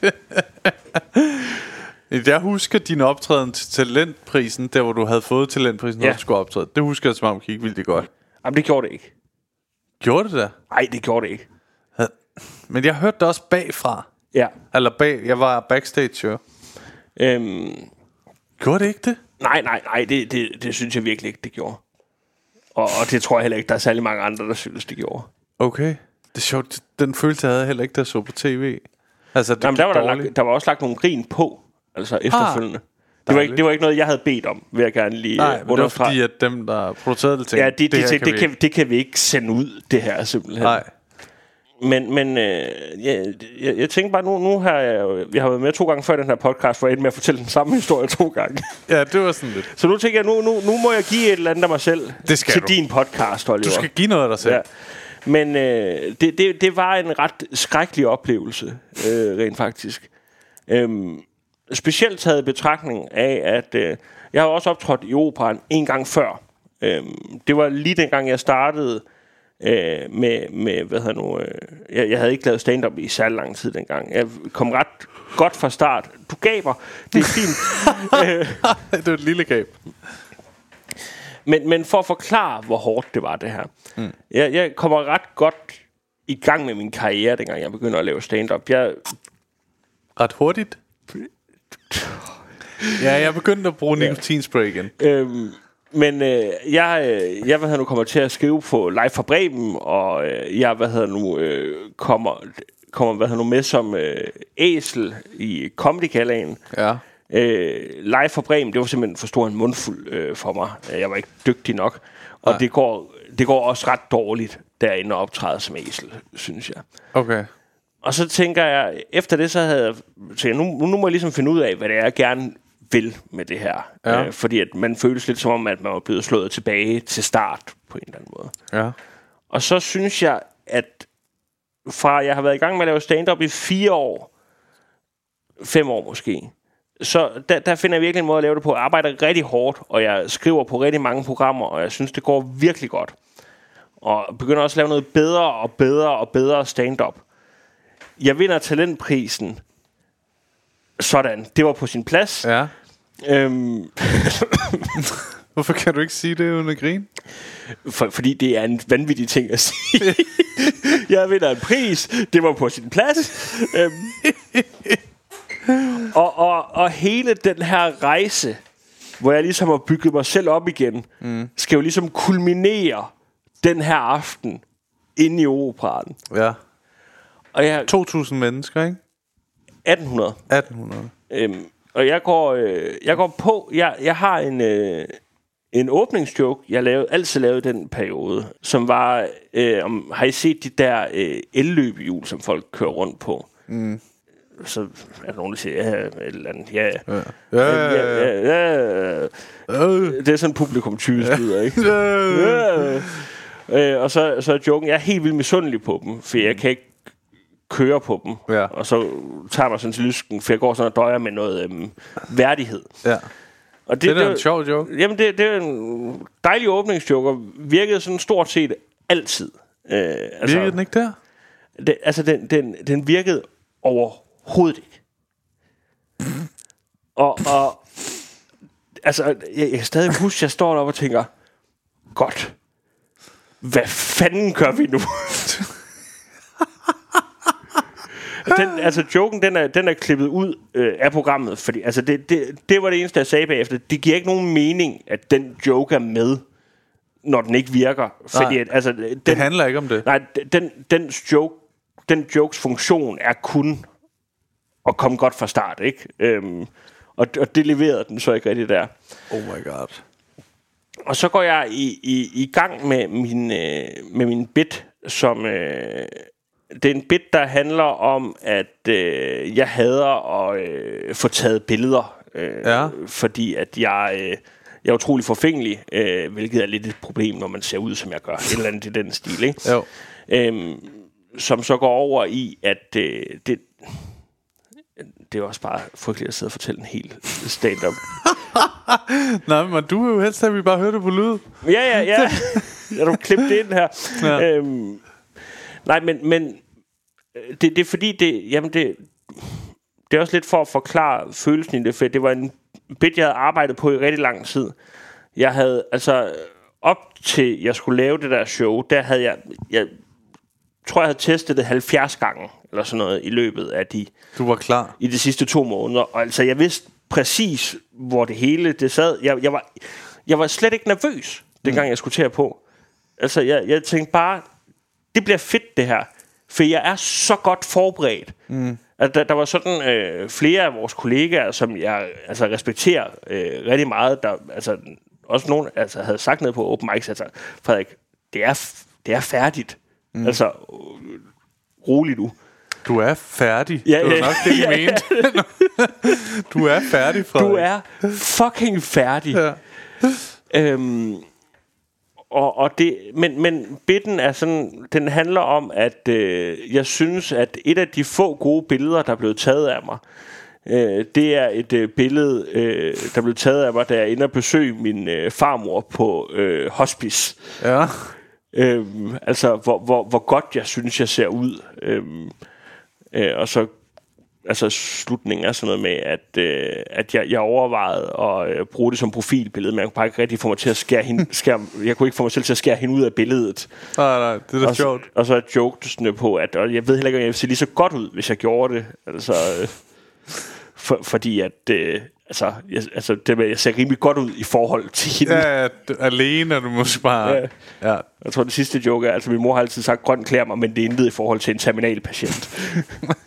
Jeg husker din optræden til Talentprisen, der hvor du havde fået Talentprisen, ja. Når du skulle optræde. Det husker jeg, som om det gik vildt godt. Jamen, det gjorde det ikke. Gjorde det da? Nej, det gjorde det ikke. Men jeg hørte det også bagfra. Ja. Eller bag, jeg var backstage, jo. Øhm, gjorde det ikke det? Nej, nej, nej, det, det, det synes jeg virkelig ikke, det gjorde. Og, og det tror jeg heller ikke, der er særlig mange andre, der synes, det gjorde. Okay. Det er sjovt, den følelse havde jeg heller ikke, der så på tv. Altså, det Jamen, der, var der, lagt, der var også lagt nogle grin på, altså efterfølgende. Ah, det, var ikke, det var ikke noget, jeg havde bedt om, vil jeg gerne lige nej, uh, men det var fordi, at dem, der producerede det, tænkte, ja, de, de, det, det, kan det, kan, det kan vi ikke sende ud, det her simpelthen. Nej. Men, men øh, jeg, jeg, jeg tænker bare, nu, nu har jeg, jeg har været med to gange før i den her podcast, for jeg endte med at fortælle den samme historie to gange. Ja, det var sådan lidt. Så nu tænker jeg, nu, nu, nu må jeg give et eller andet af mig selv til du. din podcast, Oliver. Du skal give noget af dig selv. Ja. Men øh, det, det, det var en ret skrækkelig oplevelse, øh, rent faktisk. Øhm, specielt taget i betragtning af, at øh, jeg har også optrådt i operaen en gang før. Øhm, det var lige dengang, jeg startede øh, med, med, hvad hedder nu, øh, jeg, jeg havde ikke lavet stand-up i særlig lang tid dengang. Jeg kom ret godt fra start. Du gaber, det er fint. Det var et lille gab. Men, men for at forklare, hvor hårdt det var, det her. Mm. Jeg, jeg kommer ret godt i gang med min karriere, dengang jeg begynder at lave stand-up. Jeg... Ret hurtigt? Ja, jeg begyndte at bruge nikotinspray igen. Øhm, men øh, jeg, jeg hvad hedder nu, kommer til at skrive på Live fra Bremen, og øh, jeg hvad hedder nu, øh, kommer, kommer hvad hedder nu, med som øh, æsel i Comedy Galaen. Ja. Øh, Live fra Bremen, det var simpelthen for stor en mundfuld øh, for mig. Jeg var ikke dygtig nok. Og Nej. det går, det går også ret dårligt derinde at optræde som æsel, synes jeg. Okay. Og så tænker jeg, efter det så havde jeg tænkt, nu, nu må jeg ligesom finde ud af, hvad det er, jeg gerne vil med det her. Ja. Øh, fordi at man føles lidt som om, at man var blevet slået tilbage til start på en eller anden måde. Ja. Og så synes jeg, at fra jeg har været i gang med at lave stand-up i fire år, fem år måske, så der, der finder jeg virkelig en måde at lave det på. Jeg arbejder rigtig hårdt, og jeg skriver på rigtig mange programmer, og jeg synes, det går virkelig godt. Og begynder også at lave noget bedre og bedre og bedre stand-up. Jeg vinder talentprisen. Sådan, det var på sin plads. Ja. Øhm. Hvorfor kan du ikke sige det uden at grine? For, fordi det er en vanvittig ting at sige. Jeg vinder en pris. Det var på sin plads. øhm. og, og, og hele den her rejse, hvor jeg ligesom har bygget mig selv op igen, mm. skal jo ligesom kulminere den her aften inde i operaen. Ja. Og jeg, to tusind mennesker, ikke? atten hundrede. atten hundrede. Øhm, og jeg går, øh, jeg går på. Jeg, jeg har en øh, en åbningsjoke, jeg lavede altid lavet den periode, som var. Øh, om, har I set de der øh, elløbehjul, som folk kører rundt på? Mm. Så er der nogen, der siger, ja, et eller andet, ja, ja, ja, ja, ja, ja. Det er sådan en publikum-tyve lyder, ikke? Ja. Øh, og så, så er joken, jeg er helt vildt misundelig på dem, for jeg kan ikke køre på dem, ja. Og så tager mig sådan til lysken, for jeg går sådan og døjer med noget øhm, værdighed. Ja. Og det, det er det, en sjov joke. Jamen, det, det er en dejlig åbningsjoke, og virkede sådan stort set altid. Øh, altså, virkede den ikke der? Det, altså, den, den, den virkede overhovedet ikke. Mm. Og, og altså, jeg, jeg kan stadig huske, at jeg står deroppe og tænker, godt, hvad fanden gør vi nu? Den, altså joken, den er, den er klippet ud øh, af programmet, fordi altså det, det, det var det eneste, jeg sagde bagefter. Det giver ikke nogen mening, at den joke er med, når den ikke virker. Fordi, at, altså, den, det handler ikke om det. Nej, den, den, joke, den jokes funktion er kun at komme godt fra start, ikke? Øhm, og, og det leverede den så ikke rigtig der. Oh my god. Og så går jeg i, i, i gang med min, øh, med min bit, som... Øh, det er en bit, der handler om, at øh, jeg hader at øh, få taget billeder, øh, ja. Fordi at jeg, øh, jeg er utrolig forfængelig, øh, hvilket er lidt et problem, når man ser ud, som jeg gør. Et eller andet i den stil, ikke? Jo. Øhm, som så går over i, at øh, det, det er også bare frygteligt at sidde og fortælle en hel stand-up. Nej, men du vil jo helst, at vi bare hører det på lyd. Ja, ja, ja. Jeg har klippet det ind her. Ja. Øhm, Nej, men, men det, det er fordi, det, jamen det, det er også lidt for at forklare følelsen i det, for det var en bit, jeg havde arbejdet på i rigtig lang tid. Jeg havde, altså, op til jeg skulle lave det der show, der havde jeg, jeg tror, jeg havde testet det halvfjerds gange, eller sådan noget, i løbet af de... Du var klar? I de sidste to måneder. Og altså, jeg vidste præcis, hvor det hele, det sad. Jeg, jeg, var, jeg var slet ikke nervøs, dengang mm. jeg skulle til at på. Altså, jeg, jeg tænkte bare... Det bliver fedt, det her. For jeg er så godt forberedt. Mm. Altså, der, der var sådan øh, flere af vores kollegaer, som jeg altså, respekterer øh, rigtig meget. Der, altså, også nogen altså, havde sagt noget på open mics. Altså, Frederik, det er, det er færdigt. Mm. Altså, øh, rolig nu. Du er færdig. Ja, det var nok det, de mente. Du er færdig, Frederik. Du er fucking færdig. Ja. Øhm... Og, og det, men, men bitten er sådan, den handler om, at øh, jeg synes, at et af de få gode billeder, der er blevet taget af mig, øh, det er et øh, billede, øh, der blev taget af mig, da jeg inde og besøge min øh, farmor på øh, hospice. Ja. Øhm, altså, hvor, hvor, hvor godt jeg synes, jeg ser ud. Øhm, øh, og så altså slutningen er sådan noget med, at, øh, at jeg, jeg overvejede at øh, bruge det som profilbillede, men jeg kunne bare ikke rigtig få mig til at skære hende, skære, jeg kunne ikke få mig selv til at skære hende ud af billedet. Nej, nej, det er da og, sjovt. Og så har jeg joket sådan på, at og jeg ved heller ikke, om jeg ville se lige så godt ud, hvis jeg gjorde det. Altså, øh, for, fordi at, øh, altså, jeg, altså det med, jeg ser rimelig godt ud i forhold til hende. Ja, ja alene er du måske bare... Ja. Ja. Jeg tror, det sidste joke er, altså min mor har altid sagt, grøn klæder mig, men det er intet i forhold til en terminalpatient.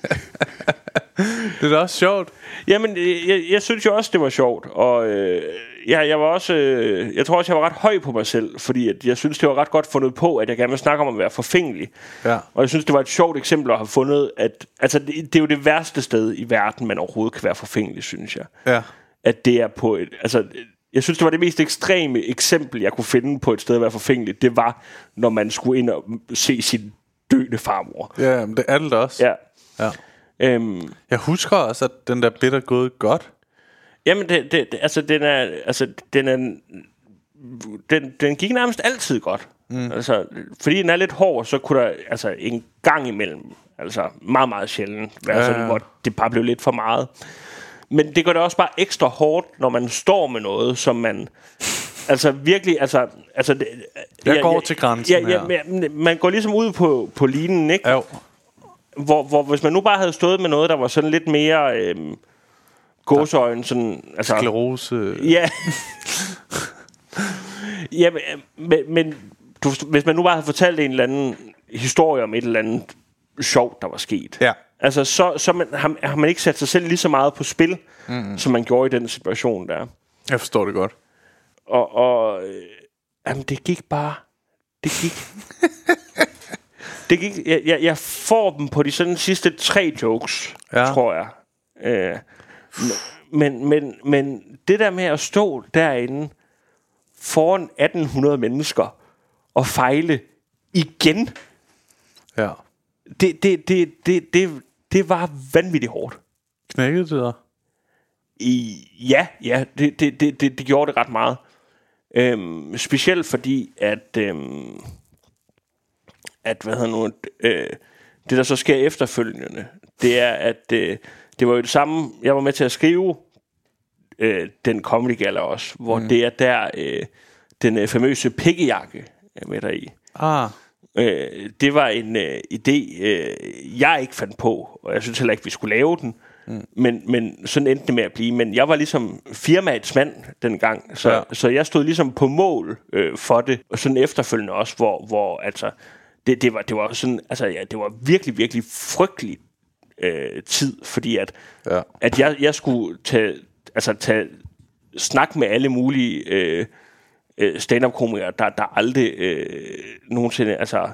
Det er da også sjovt. Jamen, jeg, jeg synes jo også, det var sjovt. Og øh, jeg, jeg var også, øh, jeg tror også, jeg var ret høj på mig selv, fordi at jeg synes, det var ret godt fundet på, at jeg gerne vil snakke om at være forfængelig. Ja. Og jeg synes, det var et sjovt eksempel at have fundet, at altså, det, det er jo det værste sted i verden, man overhovedet kan være forfængelig, synes jeg. Ja. At det er på et, altså, jeg synes, det var det mest ekstreme eksempel, jeg kunne finde på et sted at være forfængelig. Det var, når man skulle ind og se sin døende farmor. Ja, men det er det også. Ja. Ja. Øhm, jeg husker også, at den der bit er gået godt. Jamen, det, det, det, altså, den er, altså, den er, den, den gik nærmest altid godt. Mm. Altså, fordi den er lidt hård, så kunne der, altså, en gang imellem, altså, meget, meget sjældent, være ja, sådan, hvor det bare blev lidt for meget. Men det gør det også bare ekstra hårdt, når man står med noget, som man, altså, virkelig, altså, altså det, jeg, jeg går jeg, til grænsen ja, ja, ja, man går ligesom ud på, på linen, ikke? Jo. Hvor, hvor hvis man nu bare havde stået med noget, der var sådan lidt mere øhm, gåseøjne, sådan, altså sklerose. Ja. Ja, men, men du, hvis man nu bare havde fortalt en eller anden historie om et eller andet sjovt, der var sket. Ja. Altså så så man, har, har man ikke sat sig selv lige så meget på spil, mm. som man gjorde i den situation der. Jeg forstår det godt. Og og øh, jamen det gik bare. Det gik. Det gik, jeg, jeg, jeg får dem på de sådan sidste tre jokes, ja. Tror jeg. Øh, men, men, men det der med at stå derinde foran atten hundrede mennesker og fejle igen, ja. det, det, det, det, det, det var vanvittigt hårdt. Knækkede det der? I, ja, ja det, det, det, det, det gjorde det ret meget. Øhm, specielt fordi, at... Øhm, at hvad hedder nu, øh, det der så sker efterfølgende, det er at øh, det var jo det samme. Jeg var med til at skrive øh, den Comedy Galla også, hvor mm. det er der øh, den øh, famøse pikkejakke er med der i. Ah. Øh, det var en øh, idé øh, jeg ikke fandt på, og jeg synes heller ikke vi skulle lave den. Mm. Men, men sådan endte det med at blive. Men jeg var ligesom firmaets mand dengang, så, ja. så jeg stod ligesom på mål øh, for det, og sådan efterfølgende også, hvor, hvor altså Det, det, var, det var sådan, altså ja, det var virkelig, virkelig frygtelig øh, tid, fordi at, ja. at jeg, jeg skulle tage, altså tage snak med alle mulige øh, øh, stand-up-komikere, der, der aldrig øh, nogensinde, altså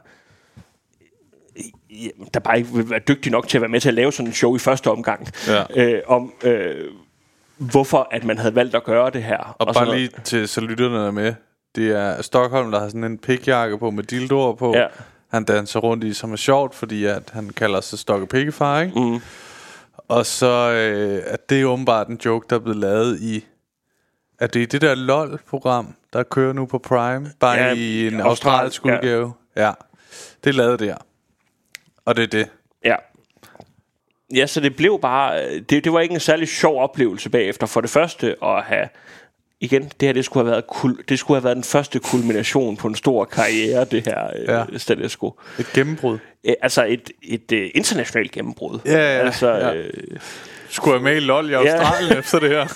der bare ikke vil være dygtig nok til at være med til at lave sådan en show i første omgang, ja. øh, om øh, hvorfor at man havde valgt at gøre det her. Og, og bare lige noget. Til så lytterne er med, det er Stockholm, der har sådan en pikjakke på med dildoer på. Ja. Han danser rundt i, som er sjovt, fordi at han kalder sig Stokke Pikkefar, ikke? Mm. Og så øh, at det er åbenbart en joke, der er blevet lavet i, at det er det der LOL-program, der kører nu på Prime, bare ja, i en australsk udgave. Ja. ja, det er lavet der. Og det er det. Ja. Ja, så det blev bare, det, det var ikke en særlig sjov oplevelse bagefter. For det første at have, igen, det her, det skulle have været kul, det skulle have været den første kulmination på en stor karriere, det her ja. Stanesco. Et gennembrud. Æ, altså et, et, et internationalt gennembrud. Ja, ja, altså, ja. Øh, skulle have med i LOL i Australien ja. Efter det her.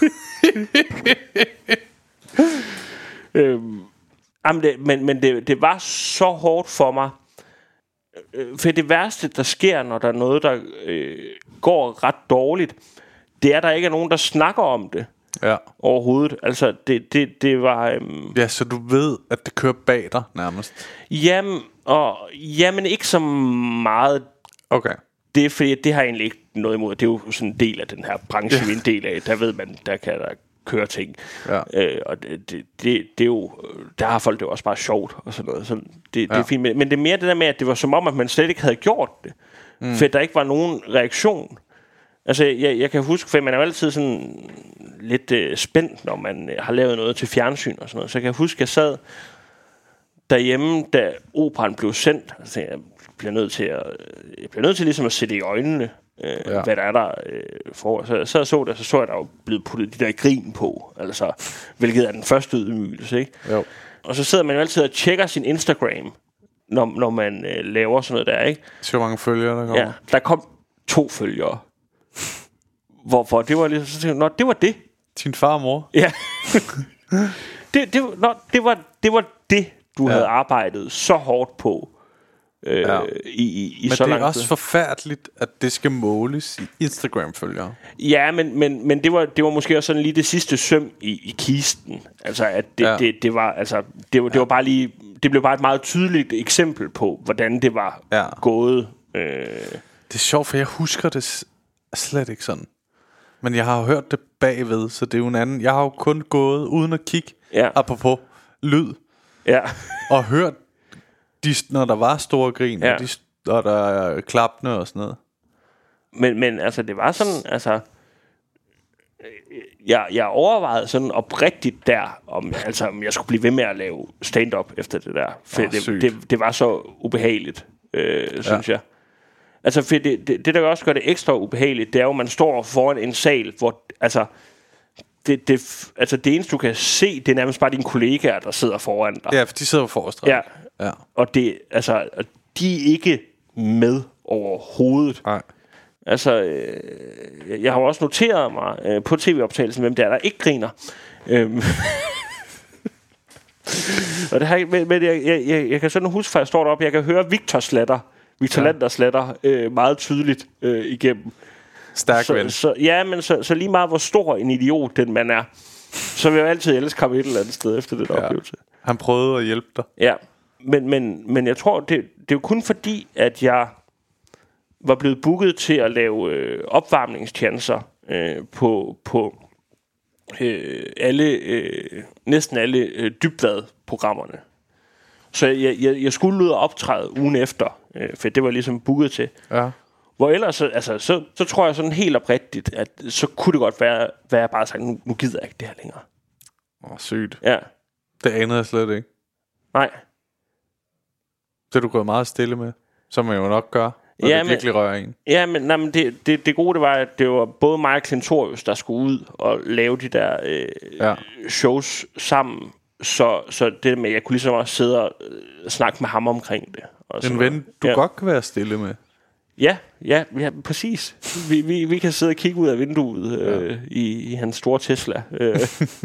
øhm, jamen det, men men det, det var så hårdt for mig. For det værste, der sker, når der er noget, der øh, går ret dårligt, det er, at der ikke er nogen, der snakker om det. Ja. Overhovedet. Altså det, det, det var øhm, ja, så du ved at det kører bag dig nærmest. Jamen og jamen ikke så meget. Okay. Det er fordi det har jeg egentlig ikke noget imod. Det er jo sådan en del af den her branche, vi er en del af. Der ved man, der kan der køre ting. Ja. øh, Og det, det, det, det er jo, der har folk det jo også bare sjovt og sådan noget. Så det, det ja. Er fint. Men det er mere det der med, at det var som om, at man slet ikke havde gjort det, mm. for der ikke var nogen reaktion. Altså jeg, jeg kan huske, for man er jo altid sådan lidt øh, spændt, når man øh, har lavet noget til fjernsyn og sådan noget. Så jeg kan huske, at jeg sad derhjemme, da operaen blev sendt. Altså jeg bliver nødt til at, jeg bliver nødt til ligesom at sætte i øjnene, øh, ja. Hvad der er der øh, for. Så så så der, så så jeg der jo blevet puttet de der grin på, altså hvilket er den første ydmygelse, ikke? Jo. Og så sidder man jo altid og tjekker sin Instagram, når når man øh, laver sådan noget der, ikke? Så mange følgere der kommer. Ja, der kom to følgere. Hvorfor det var ligesom så tænkte, nå, det var det. Din far og mor. Ja. det det nå, det var det var det du ja. Havde arbejdet så hårdt på øh, ja. i, i, i men så det lang er også tid. forfærdeligt, at det skal måles i Instagram-følgere. Ja, men, men, men det, var, det var måske også sådan lige det sidste søm i, i kisten. Altså, at det, ja. det, det var, altså, det var, det var bare lige, det blev bare et meget tydeligt eksempel på, hvordan det var ja. gået. Øh. Det er sjovt, for jeg husker det slet ikke sådan. Men jeg har jo hørt det bagved, så det er jo en anden. Jeg har jo kun gået uden at kigge, ja. apropos lyd, ja. og hørt, de, når der var store grin, ja. og, de, og der er klappende og sådan noget. Men, men altså, det var sådan, altså... Jeg, jeg overvejede sådan oprigtigt der, om, altså, om jeg skulle blive ved med at lave stand-up efter det der. For oh, det, det, det var så ubehageligt, øh, synes ja. jeg. Altså, for det, det, det, der også gør det ekstra ubehageligt, det er jo, at man står foran en sal, hvor, altså... Det, det, altså det eneste du kan se, det er nærmest bare dine kollegaer, der sidder foran dig. Ja, for de sidder forrest. Ja. ja. Og det, altså, de er ikke med overhovedet. Nej. Altså, øh, jeg har jo også noteret mig øh, på tv-optagelsen, hvem der er, der ikke griner. Øhm. Og det har men, men jeg, jeg, jeg, jeg kan sådan huske, for jeg står deroppe, jeg kan høre Victor slatter, Victor ja. Lander slatter øh, meget tydeligt øh, igennem. Stærk så, ven. Så, ja, men så, så lige meget hvor stor en idiot den man er, så vil jeg jo altid elske ham et eller andet sted efter den ja. oplevelse. Han prøvede at hjælpe dig. Ja, men, men, men jeg tror, det, det er jo kun fordi, at jeg var blevet booket til at lave øh, opvarmningstjenester øh, på, på øh, alle, øh, næsten alle øh, dybvad-programmerne. Så jeg, jeg, jeg skulle ud og optræde ugen efter, øh, for det var ligesom booket til. Ja. Hvor ellers, altså, så, så tror jeg sådan helt oprigtigt, at så kunne det godt være, være jeg bare sagt, nu, nu gider jeg ikke det her længere. Åh, oh, sygt. Ja. Det anede jeg slet ikke. Nej. Det er du gået meget stille med, som man jo nok gør, når ja, det virkelig rører en. Ja, men, nej, men det, det, det gode, det var, at det var både mig og Klintorius, der skulle ud og lave de der øh, ja. shows sammen. Så, så det med, jeg kunne ligesom også sidde og øh, snakke med ham omkring det. Og en ven, du ja. godt kan være stille med. Ja, ja, ja, præcis. Vi, vi, vi kan sidde og kigge ud af vinduet øh, ja. i, i hans store Tesla. Øh,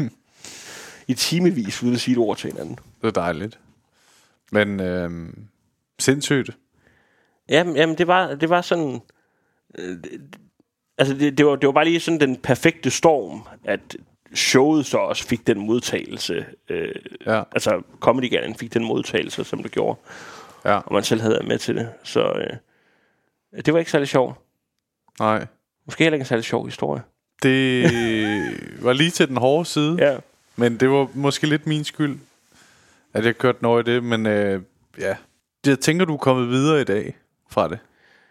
I timevis, uden at sige et ord til hinanden. Det er dejligt. Men øh, sindssygt. Jamen, jamen det, var, det var sådan... Øh, altså, det, det, var, det var bare lige sådan den perfekte storm, at showet så også fik den modtagelse. Øh, ja. Altså, Comedy Gallaen fik den modtagelse, som det gjorde. Ja. Og man selv havde været med til det. Så... Øh, det var ikke særlig sjovt. Nej. Måske heller ikke en særlig sjov historie. Det var lige til den hårde side. Ja. Men det var måske lidt min skyld, at jeg kørte noget i det. Men øh, ja, jeg tænker, du er kommet videre i dag fra det.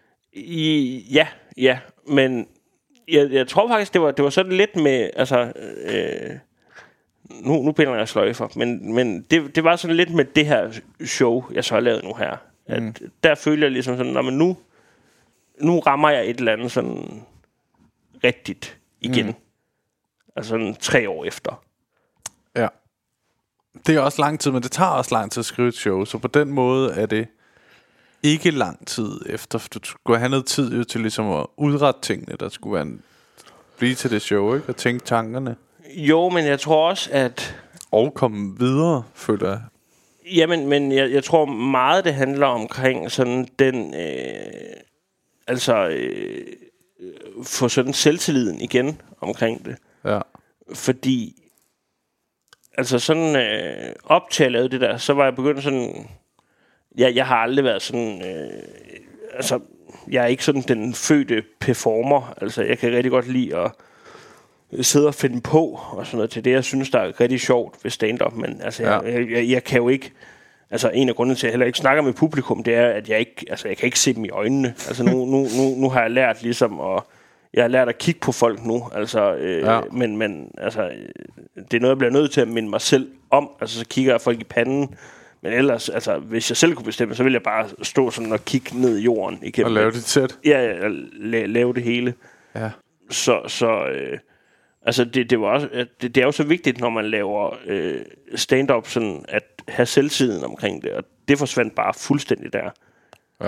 I, ja, ja. Men jeg, jeg tror faktisk, det var, det var sådan lidt med... Altså, øh, nu, nu binder jeg sløjfer. Men, men det, det var sådan lidt med det her show, jeg så har lavet nu her. At mm. Der føler jeg ligesom sådan, at nu... Nu rammer jeg et eller andet sådan rigtigt igen. Mm. Altså sådan tre år efter. Ja. Det er også lang tid, men det tager også lang tid at skrive et show. Så på den måde er det ikke lang tid efter. For du skulle have noget tid jo til ligesom at udrette tingene, der skulle være en, blive til det show, ikke? Og tænke tankerne. Jo, men jeg tror også, at... Og komme videre, føler jeg. Jamen, men jeg, jeg tror meget, det handler omkring sådan den... Øh, Altså, øh, få sådan selvtilliden igen omkring det. Ja. Fordi, altså sådan, øh, op til at lave det der, så var jeg begyndt sådan, jeg, jeg har aldrig været sådan, øh, altså, jeg er ikke sådan den fødte performer. Altså, jeg kan rigtig godt lide at sidde og finde på, og sådan noget til det, jeg synes, der er rigtig sjovt ved stand-up, men altså, ja. jeg, jeg, jeg kan jo ikke... Altså, en af grundene til, at jeg heller ikke snakker med publikum, det er, at jeg ikke, altså, jeg kan ikke se dem i øjnene. Altså, nu, nu, nu, nu har jeg lært ligesom at, jeg har lært at kigge på folk nu, altså, øh, ja. men, men, altså, det er noget, jeg bliver nødt til at minde mig selv om. Altså, så kigger jeg folk i panden, men ellers, altså, hvis jeg selv kunne bestemme, så ville jeg bare stå sådan og kigge ned i jorden igennem. Og lave det tæt. Ja, ja, la- lave det hele. Ja. Så, så, øh, altså, det, det var også, det, det er jo så vigtigt, når man laver øh, stand-up, sådan at have selvtiden omkring det, og det forsvandt bare fuldstændig der. Ja.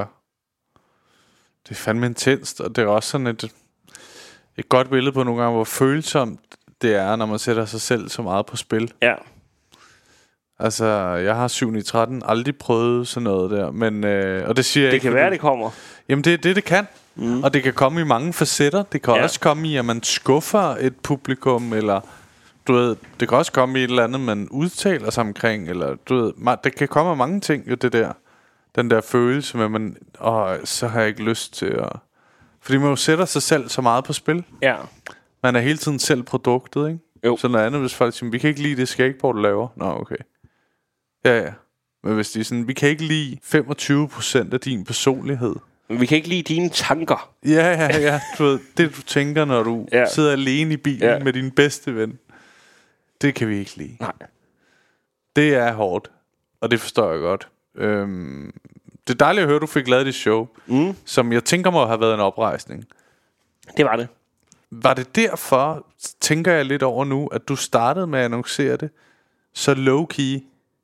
Det er fandme intenst, og det er også sådan et, et godt billede på nogle gange, hvor følsomt det er, når man sætter sig selv så meget på spil. Ja. Altså, jeg har syv ni tretten aldrig prøvet sådan noget der, men øh, og det siger jeg det ikke, kan være, det kommer. Jamen det er det, det kan. Mm. Og det kan komme i mange facetter. Det kan ja. også komme i, at man skuffer et publikum, eller du ved, det kan også komme i et eller andet, man udtaler sig omkring, eller du ved, man, det kan komme af mange ting, jo det der, den der følelse med, man, åh, så har jeg ikke lyst til at... Fordi man jo sætter sig selv så meget på spil. Ja. Man er hele tiden selv produktet, ikke? Jo. Så noget andet, hvis folk siger, vi kan ikke lide det skateboard, du laver. Nå, okay. Ja, ja. Men hvis de er sådan, vi kan ikke lide femogtyve procent af din personlighed. Men vi kan ikke lide dine tanker. Ja, ja, ja. Du ved, det du tænker, når du ja. sidder alene i bilen ja. med din bedste ven. Det kan vi ikke lide. Nej. Det er hårdt. Og det forstår jeg godt. Øhm, det er dejligt at høre, at du fik lavet det show. Mm. Som jeg tænker må have været en oprejsning. Det var det. Var det derfor, tænker jeg lidt over nu, at du startede med at annoncere det så low-key?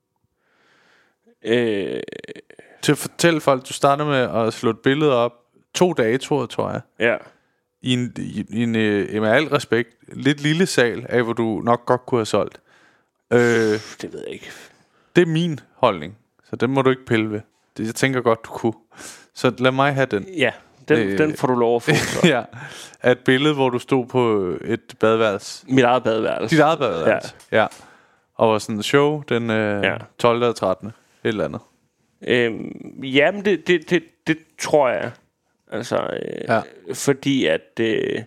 Øh... Til at fortælle folk, du startede med at slå et billede op to dage, tror jeg, tror jeg. Ja. I en, i, i en med al respekt, lidt lille sal af, hvor du nok godt kunne have solgt. Øh, det ved jeg ikke. Det er min holdning, så den må du ikke pille ved. Det, jeg tænker godt, du kunne. Så lad mig have den. Ja, den, øh, den får du lov at få. Ja, af et billede, hvor du stod på et badeværelse. Mit eget badeværelse. Dit eget badeværelse, ja. ja. Og var sådan en show den øh, ja. tolvte og trettende Et eller andet. Øhm, jamen, det, det, det, det tror jeg. Altså, øh, ja. fordi at... Øh,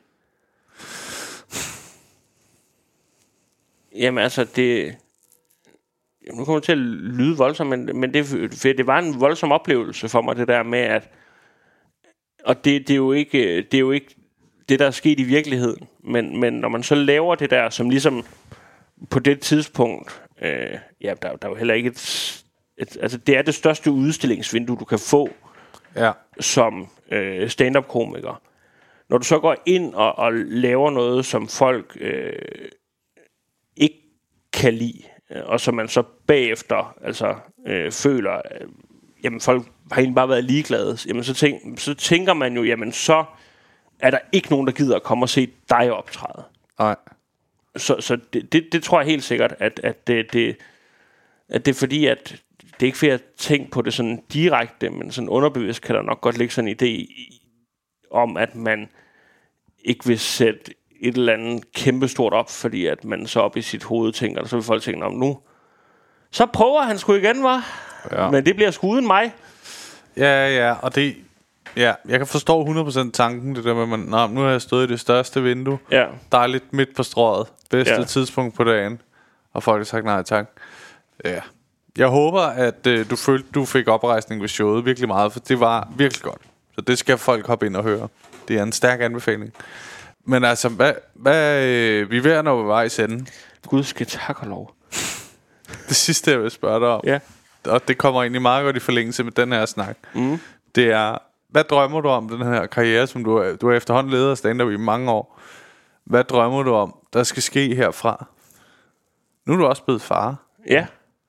jamen, altså, det... Jamen, nu kommer det til at lyde voldsomt, men, men det, for det var en voldsom oplevelse for mig, det der med, at... Og det, det, er jo ikke, det er jo ikke det, der er sket i virkeligheden. Men, men når man så laver det der, som ligesom på det tidspunkt... Øh, ja, der, der er jo heller ikke et... Et, altså det er det største udstillingsvindue du kan få ja. som øh, stand-up-komiker. Når du så går ind og, og laver noget som folk øh, ikke kan lide, og som man så bagefter altså øh, føler, øh, jamen folk har egentlig bare været ligeglade. Jamen så, tænk, så tænker man jo, jamen så er der ikke nogen der gider at komme og se dig optræde. Nej. Så, så det, det, det tror jeg helt sikkert, at, at, det, det, at det er fordi at det er ikke fordi, at tænke på det sådan direkte, men sådan underbevidst kan der nok godt ligge sådan en idé i, om, at man ikke vil sætte et eller andet kæmpestort op, fordi at man så op i sit hoved tænker, og så vil folk tænke, om nu, så prøver han sgu igen, var. Ja. Men det bliver sgu uden mig. Ja, ja, og det, ja, jeg kan forstå hundrede procent tanken, det der med, at man, nå, nu har jeg stået i det største vindue, ja. dejligt midt på strøget, bedste ja. tidspunkt på dagen, og folk har sagt nej tak. Ja. Jeg håber, at øh, du følte, du fik oprejsning ved showet virkelig meget, for det var virkelig godt. Så det skal folk hoppe ind og høre. Det er en stærk anbefaling. Men altså, hvad, hvad øh, vi er ved, når vi var i senden. Gud skal tak og lov. Det sidste, jeg vil spørge dig om, ja. og det kommer egentlig meget godt i forlængelse med den her snak, mm. det er, hvad drømmer du om den her karriere, som du er, du er efterhånden leder af stand-up i mange år. Hvad drømmer du om, der skal ske herfra? Nu er du også blevet far. Ja.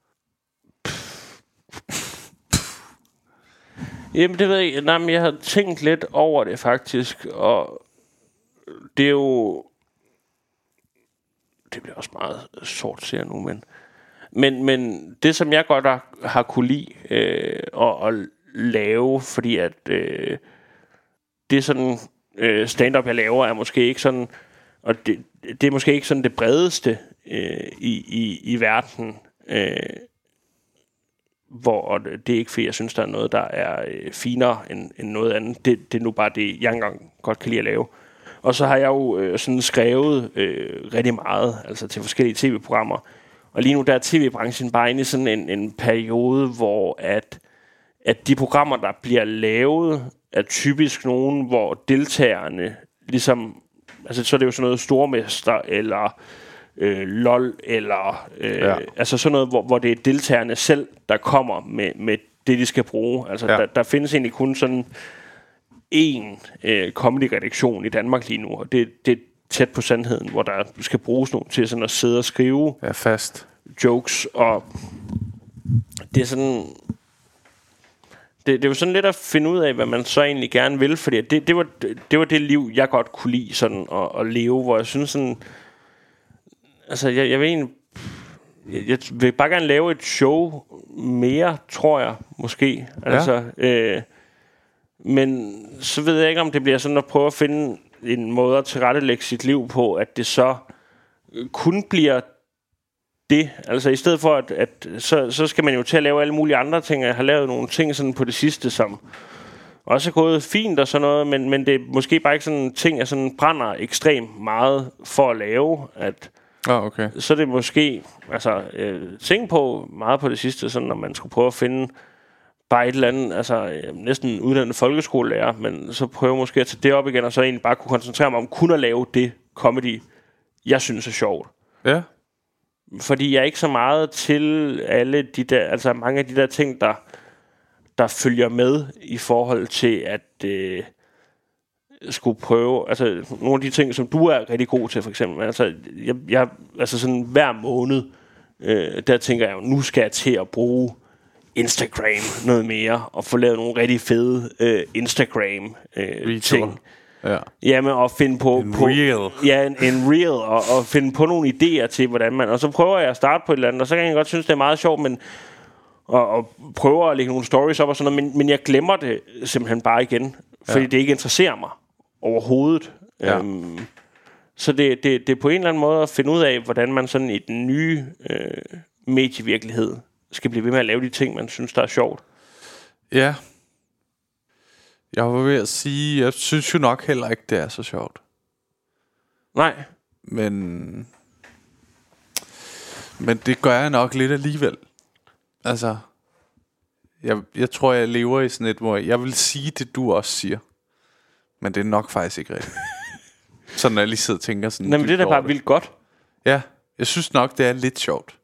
Jamen det ved jeg. Nej, men jeg har tænkt lidt over det faktisk, og det er jo, det bliver også meget sort ser nu, men men men det som jeg godt har, har kunne lide øh, at, at lave, fordi at øh, det sådan øh, stand-up jeg laver er måske ikke sådan, og det, det er måske ikke sådan det bredeste øh, i i i verden. Øh, hvor det er ikke fordi jeg synes der er noget der er øh, finere end, end noget andet. Det, det er nu bare det jeg engang godt kan lide at lave. Og så har jeg jo øh, sådan skrevet øh, rigtig meget, altså til forskellige tv-programmer. Og lige nu der er tv-branchen bare inde i sådan en, en periode, hvor at, at de programmer der bliver lavet er typisk nogen, hvor deltagerne ligesom, altså så er det jo sådan noget stormester eller Øh, lol eller øh, ja. altså sådan noget hvor, hvor det er deltagerne selv der kommer med, med det de skal bruge. Altså ja. der, der findes egentlig kun sådan en øh, comedy-redaktion i Danmark lige nu, og det, det er tæt på sandheden, hvor der skal bruges nogen til sådan at sidde og skrive ja, fast jokes, og det er sådan det, det er jo sådan lidt at finde ud af hvad man så egentlig gerne vil, fordi det, det, var, det var det liv jeg godt kunne lide sådan at, at leve, hvor jeg synes sådan altså, jeg, jeg vil egentlig... jeg, jeg vil bare gerne lave et show mere, tror jeg, måske. Altså, ja. øh, men så ved jeg ikke, om det bliver sådan at prøve at finde en måde at tilrettelægge sit liv på, at det så kun bliver det. Altså i stedet for, at, at så, så skal man jo til at lave alle mulige andre ting. Jeg har lavet nogle ting sådan på det sidste, som også er gået fint og sådan noget, men, men det er måske bare ikke sådan ting, jeg sådan brænder ekstremt meget for at lave, at oh, okay. så er det måske, altså øh, tænk på meget på det sidste, sådan når man skulle prøve at finde bare et eller andet, altså øh, næsten uddannet folkeskolelærer, men så prøve måske at tage det op igen, og så egentlig bare kunne koncentrere mig om kun at lave det comedy, jeg synes er sjovt. Ja. Fordi jeg er ikke så meget til alle de der, altså mange af de der ting, der der følger med i forhold til at øh, skulle prøve, altså nogle af de ting, som du er rigtig god til, for eksempel. Altså, jeg, jeg, altså sådan hver måned, øh, der tænker jeg jo, nu skal jeg til at bruge Instagram noget mere, og få lavet nogle rigtig fede øh, Instagram øh, ting. Ja. Jamen, og finde på... En på reel. Ja, en, en reel, og, og finde på nogle idéer til, hvordan man... Og så prøver jeg at starte på et eller andet, og så kan jeg godt synes, det er meget sjovt, men... Og, og prøver at lægge nogle stories op og sådan noget, men, men jeg glemmer det simpelthen bare igen, fordi ja. det ikke interesserer mig overhovedet. Ja. Øhm, så det, det, det er på en eller anden måde at finde ud af, hvordan man sådan i den nye øh, medievirkelighed skal blive ved med at lave de ting, man synes, der er sjovt. Ja. Jeg var ved at sige, jeg synes jo nok heller ikke, det er så sjovt. Nej. Men... Men det gør jeg nok lidt alligevel. Altså, jeg, jeg tror, jeg lever i sådan et, hvor jeg vil sige det, du også siger. Men det er nok faktisk ikke rigtigt. Så når jeg lige sidder og tænker sådan... Nej, men det er da bare vildt godt. Ja, jeg synes nok, det er lidt sjovt.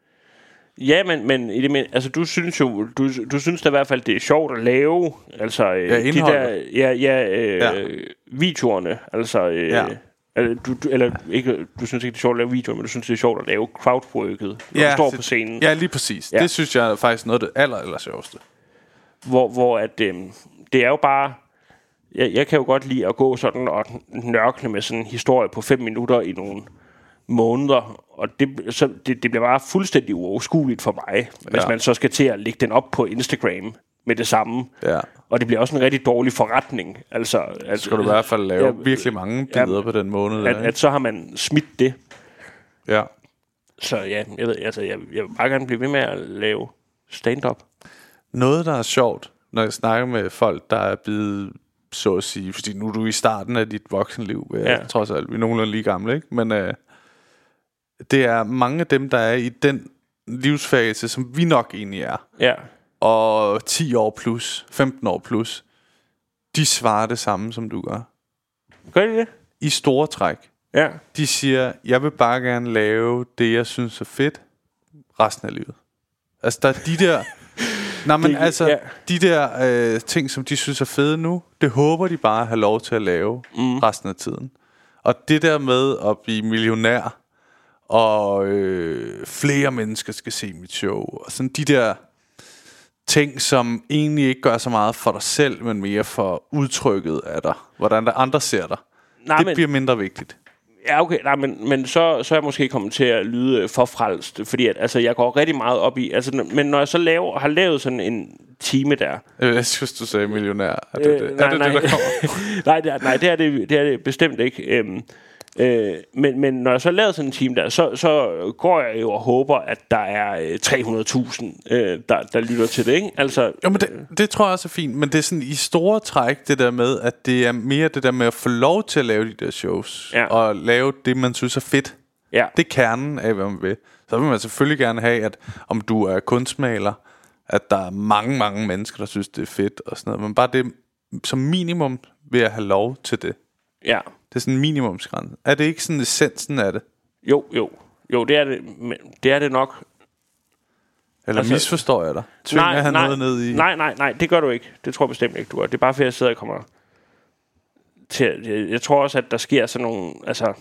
Ja, men, men i det med, altså du synes jo, du, du synes da i hvert fald, det er sjovt at lave, altså ja, de der, ja, ja, øh, ja. videoerne, altså... Øh, ja. Eller du, du, eller ikke, du synes ikke, det er sjovt at lave videoer, men du synes, det er sjovt at lave crowdworket, når ja, du står på scenen. Ja, lige præcis. Ja. Det synes jeg er faktisk noget af det aller, aller sjoveste. Hvor, hvor at, øh, det er jo bare... Jeg, jeg kan jo godt lide at gå sådan og nørkle med sådan en historie på fem minutter i nogle måneder, og det, så det, det bliver bare fuldstændig uoverskueligt for mig, hvis ja. man så skal til at lægge den op på Instagram med det samme. Ja. Og det bliver også en rigtig dårlig forretning. Altså, at, skal du i hvert fald lave ja, virkelig mange billeder ja, på den måned. At, at så har man smidt det. Ja. Så ja, jeg, ved, altså, jeg, jeg vil bare gerne blive ved med at lave stand-up. Noget, der er sjovt, når jeg snakker med folk, der er blevet, så at sige, fordi nu er du i starten af dit voksenliv, ja. jeg, trods alt, vi er nogenlunde lige gamle, ikke? Men øh, det er mange af dem, der er i den livsfase, som vi nok egentlig er. Ja. Og ti år plus, femten år plus, de svarer det samme, som du gør. Gør de det? I store træk. Ja. De siger, jeg vil bare gerne lave det, jeg synes er fedt, resten af livet. Altså, der er de der... Nej, men det, altså, ja. de der øh, ting, som de synes er fede nu, det håber de bare at have lov til at lave mm. resten af tiden. Og det der med at blive millionær, og øh, flere mennesker skal se mit show, og sådan de der... ting, som egentlig ikke gør så meget for dig selv, men mere for udtrykket af dig. Hvordan der andre ser dig. Nej, det men, bliver mindre vigtigt. Ja, okay. Nej, men, men så, så er jeg måske kommet til at lyde for frelst, fordi at, altså, jeg går rigtig meget op i... Altså, men når jeg så laver, har lavet sådan en time der... Jeg synes, du sagde millionær. Er det øh, det, nej, er det, nej. det der kommer? nej, det er, nej det, er det, det er det bestemt ikke. Øhm, Øh, men, men når jeg så laver sådan en team der, så, så går jeg jo og håber, at der er øh, tre hundrede tusind, øh, der, der lytter til det, ikke? Altså, jo, men det, det tror jeg også er fint, men det er sådan i store træk, det der med, at det er mere det der med at få lov til at lave de der shows, ja. Og lave det, man synes er fedt. Ja. Det er kernen af, hvad man vil. Så vil man selvfølgelig gerne have, at om du er kunstmaler, at der er mange, mange mennesker, der synes, det er fedt og sådan noget, men bare det, som minimum vil jeg have lov til det. Ja. Det er sådan en minimumsgrænse. Er det ikke sådan essensen af det? Jo, jo. Jo, det er det, men det er det nok. Eller altså, misforstår jeg dig? Tvinger nej, han nej, noget ned i... Nej, nej, nej, det gør du ikke. Det tror jeg bestemt ikke, du gør. Det er bare fordi, jeg sidder og kommer til... Jeg, jeg tror også, at der sker sådan nogle... Altså,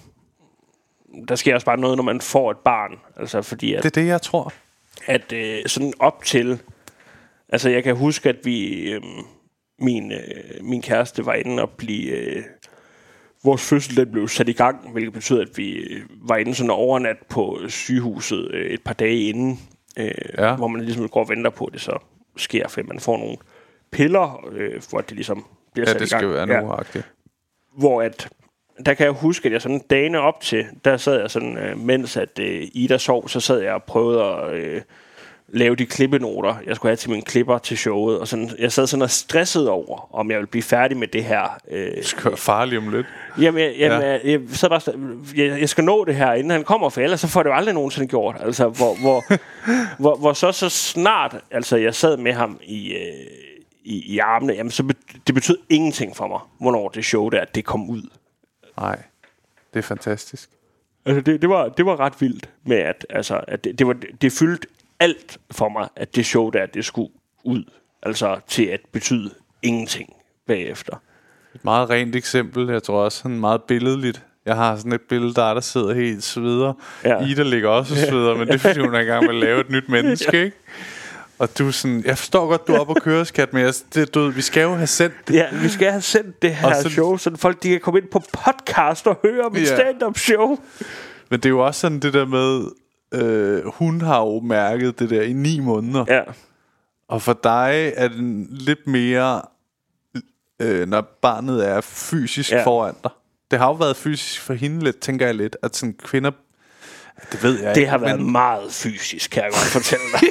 der sker også bare noget, når man får et barn. Altså, fordi at... Det er det, jeg tror. At øh, sådan op til... Altså, jeg kan huske, at vi... Øh, min, øh, min kæreste var inde og blive... Øh, vores fødsel den blev sat i gang, hvilket betyder, at vi var inde sådan overnat på sygehuset øh, et par dage inden, øh, ja. hvor man ligesom går og venter på, at det så sker, for man får nogle piller, øh, for at det ligesom bliver ja, sat det i gang. Ja, det skal være nuagtigt. Hvor at, der kan jeg huske, at jeg sådan dagene op til, der sad jeg sådan, øh, mens at øh, Ida sov, så sad jeg og prøvede at øh, lave de klippenoter, jeg skulle have til mine klipper til showet, og sådan, jeg sad sådan og stressede over, om jeg ville blive færdig med det her. Øh, det skal være farligt om lidt. Jamen, jeg, jamen, ja. jeg, jeg, sad bare, jeg, jeg skal nå det her, inden han kommer, for ellers så får det jo aldrig nogensinde gjort. Altså, hvor, hvor, hvor, hvor så, så snart, altså jeg sad med ham i... Øh, I, i armene, jamen så be, det betød ingenting for mig, hvornår det show der, det kom ud. Nej, det er fantastisk. Altså det, det var det var ret vildt med at altså at det, det var det fyldte alt for mig, at det show der, det skulle ud, altså til at betyde ingenting bagefter. Et meget rent eksempel, jeg tror også sådan meget billedligt. Jeg har sådan et billede der der sidder helt sveder. Ja. Ida ligger også og sveder, men det er fordi hun er i gang med at lave et nyt menneske, ja. Ikke? Og du sådan, jeg forstår godt, du er oppe og kører, skat, men jeg, det, du, vi skal jo have sendt det. Ja, vi skal have sendt det her så, show, så folk de kan komme ind på podcast og høre mit ja. stand-up show. Men det er jo også sådan det der med, øh, hun har jo mærket det der i ni måneder. Ja. Og for dig er det lidt mere, øh, når barnet er fysisk ja. foran dig. Det har jo været fysisk for hende lidt, tænker jeg lidt, at sådan kvinder, det ved jeg det ikke. Det har været men... meget fysisk, kan jeg godt fortælle dig.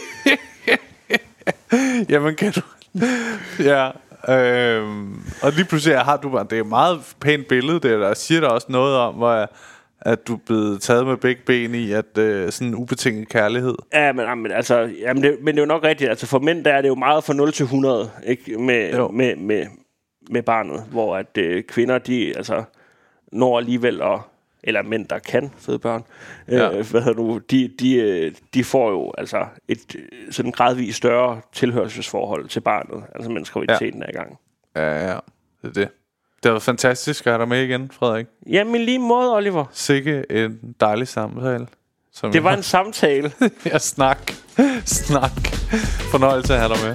Jamen kan du ja øhm, og lige pludselig har du bare, det er et meget pænt billede der, der siger der også noget om hvor, at du er blevet taget med begge ben i at øh, sådan en ubetinget kærlighed. Ja, men, men altså jamen det, men det er jo nok rigtigt, altså for mænd der er det jo meget fra nul til hundrede, ikke med med med med barnet, hvor at øh, kvinder de altså når alligevel at eller mænd, der kan føde børn, ja. øh, hvad hedder du, de, de, de får jo altså et sådan gradvist større tilhørselsforhold til barnet, altså mens graviditeten ja. er i gang. Ja, ja, det er det. Det var fantastisk at have dig med igen, Frederik. Jamen i lige måde, Oliver. Sikke en dejlig samtale. Som det var har... en samtale. Ja, snak. Snak. Fornøjelse at have dig med.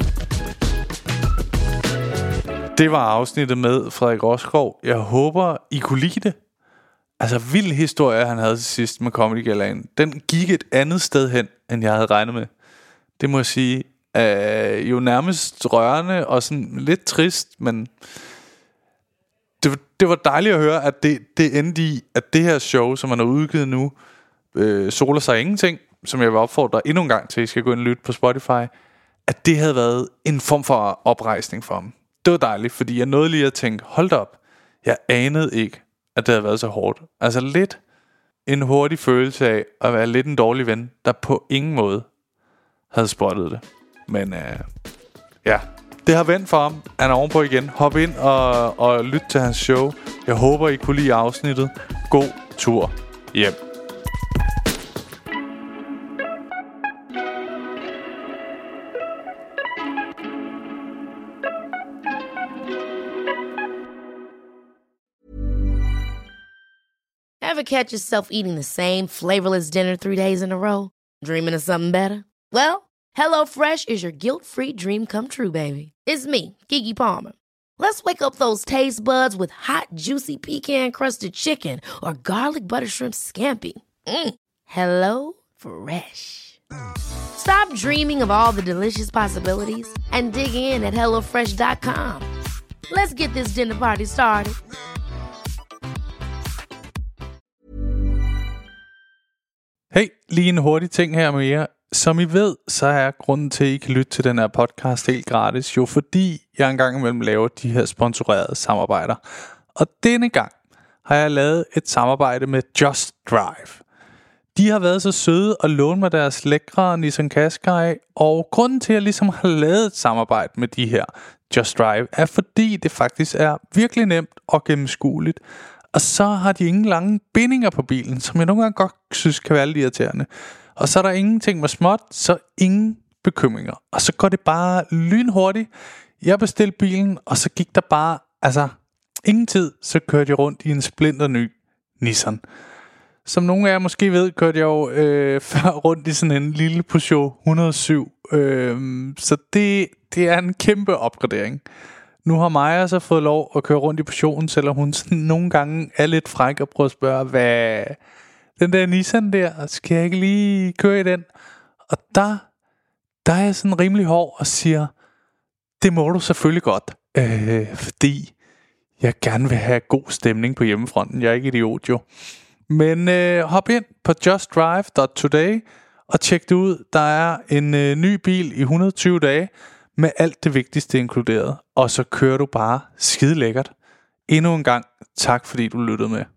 Det var afsnittet med Frederik Rosskov. Jeg håber, I kunne lide det. Altså, vild historie, han havde til sidst med Comedy Galaen. Den gik et andet sted hen, end jeg havde regnet med. Det må jeg sige. Øh, jo nærmest rørende og sådan lidt trist, men det, det var dejligt at høre, at det, det endte i, at det her show, som man har udgivet nu, øh, Soler sig ingenting, som jeg vil opfordre endnu en gang til, at I skal gå ind og lytte på Spotify, at det havde været en form for oprejsning for ham. Det var dejligt, fordi jeg nåede lige at tænke, hold da op, jeg anede ikke, at det havde været så hårdt. Altså lidt en hurtig følelse af at være lidt en dårlig ven, der på ingen måde havde spottet det. Men øh, ja, det har vendt for ham. Han er ovenpå igen. Hop ind og, og lyt til hans show. Jeg håber, I kunne lide afsnittet. God tur hjem. Ever catch yourself eating the same flavorless dinner three days in a row? Dreaming of something better? Well, HelloFresh is your guilt-free dream come true, baby. It's me, Keke Palmer. Let's wake up those taste buds with hot, juicy pecan-crusted chicken or garlic butter shrimp scampi. Mm. Hello Fresh. Stop dreaming of all the delicious possibilities and dig in at hello fresh dot com. Let's get this dinner party started. Hey, lige en hurtig ting her med jer. Som I ved, så er grunden til, at I kan lytte til den her podcast helt gratis, jo fordi jeg engang imellem laver de her sponsorerede samarbejder. Og denne gang har jeg lavet et samarbejde med Just Drive. De har været så søde at låne mig deres lækre Nissan Qashqai, og grunden til, at jeg ligesom har lavet et samarbejde med de her Just Drive, er fordi det faktisk er virkelig nemt og gennemskueligt. Og så har de ingen lange bindinger på bilen, som jeg nogle gange godt synes kan være lidt irriterende. Og så er der ingenting med småt, så ingen bekymringer. Og så går det bare lynhurtigt. Jeg bestilte bilen, og så gik der bare, altså ingen tid, så kørte jeg rundt i en splinter ny Nissan. Som nogle af jer måske ved, kørte jeg jo øh, før rundt i sådan en lille Peugeot et hundrede og syv. Øh, så det, det er en kæmpe opgradering. Nu har Maja så fået lov at køre rundt i portionen, selvom hun sådan nogle gange er lidt fræk og prøver at spørge, hvad den der Nissan der, skal jeg ikke lige køre i den? Og der, der er jeg sådan rimelig hård og siger, det må du selvfølgelig godt, øh, fordi jeg gerne vil have god stemning på hjemmefronten. Jeg er ikke idiot jo. Men øh, hop ind på just drive dot today og tjek det ud. Der er en øh, ny bil i et hundrede og tyve dage med alt det vigtigste inkluderet. Og så kører du bare skide lækkert. Endnu en gang tak fordi du lyttede med.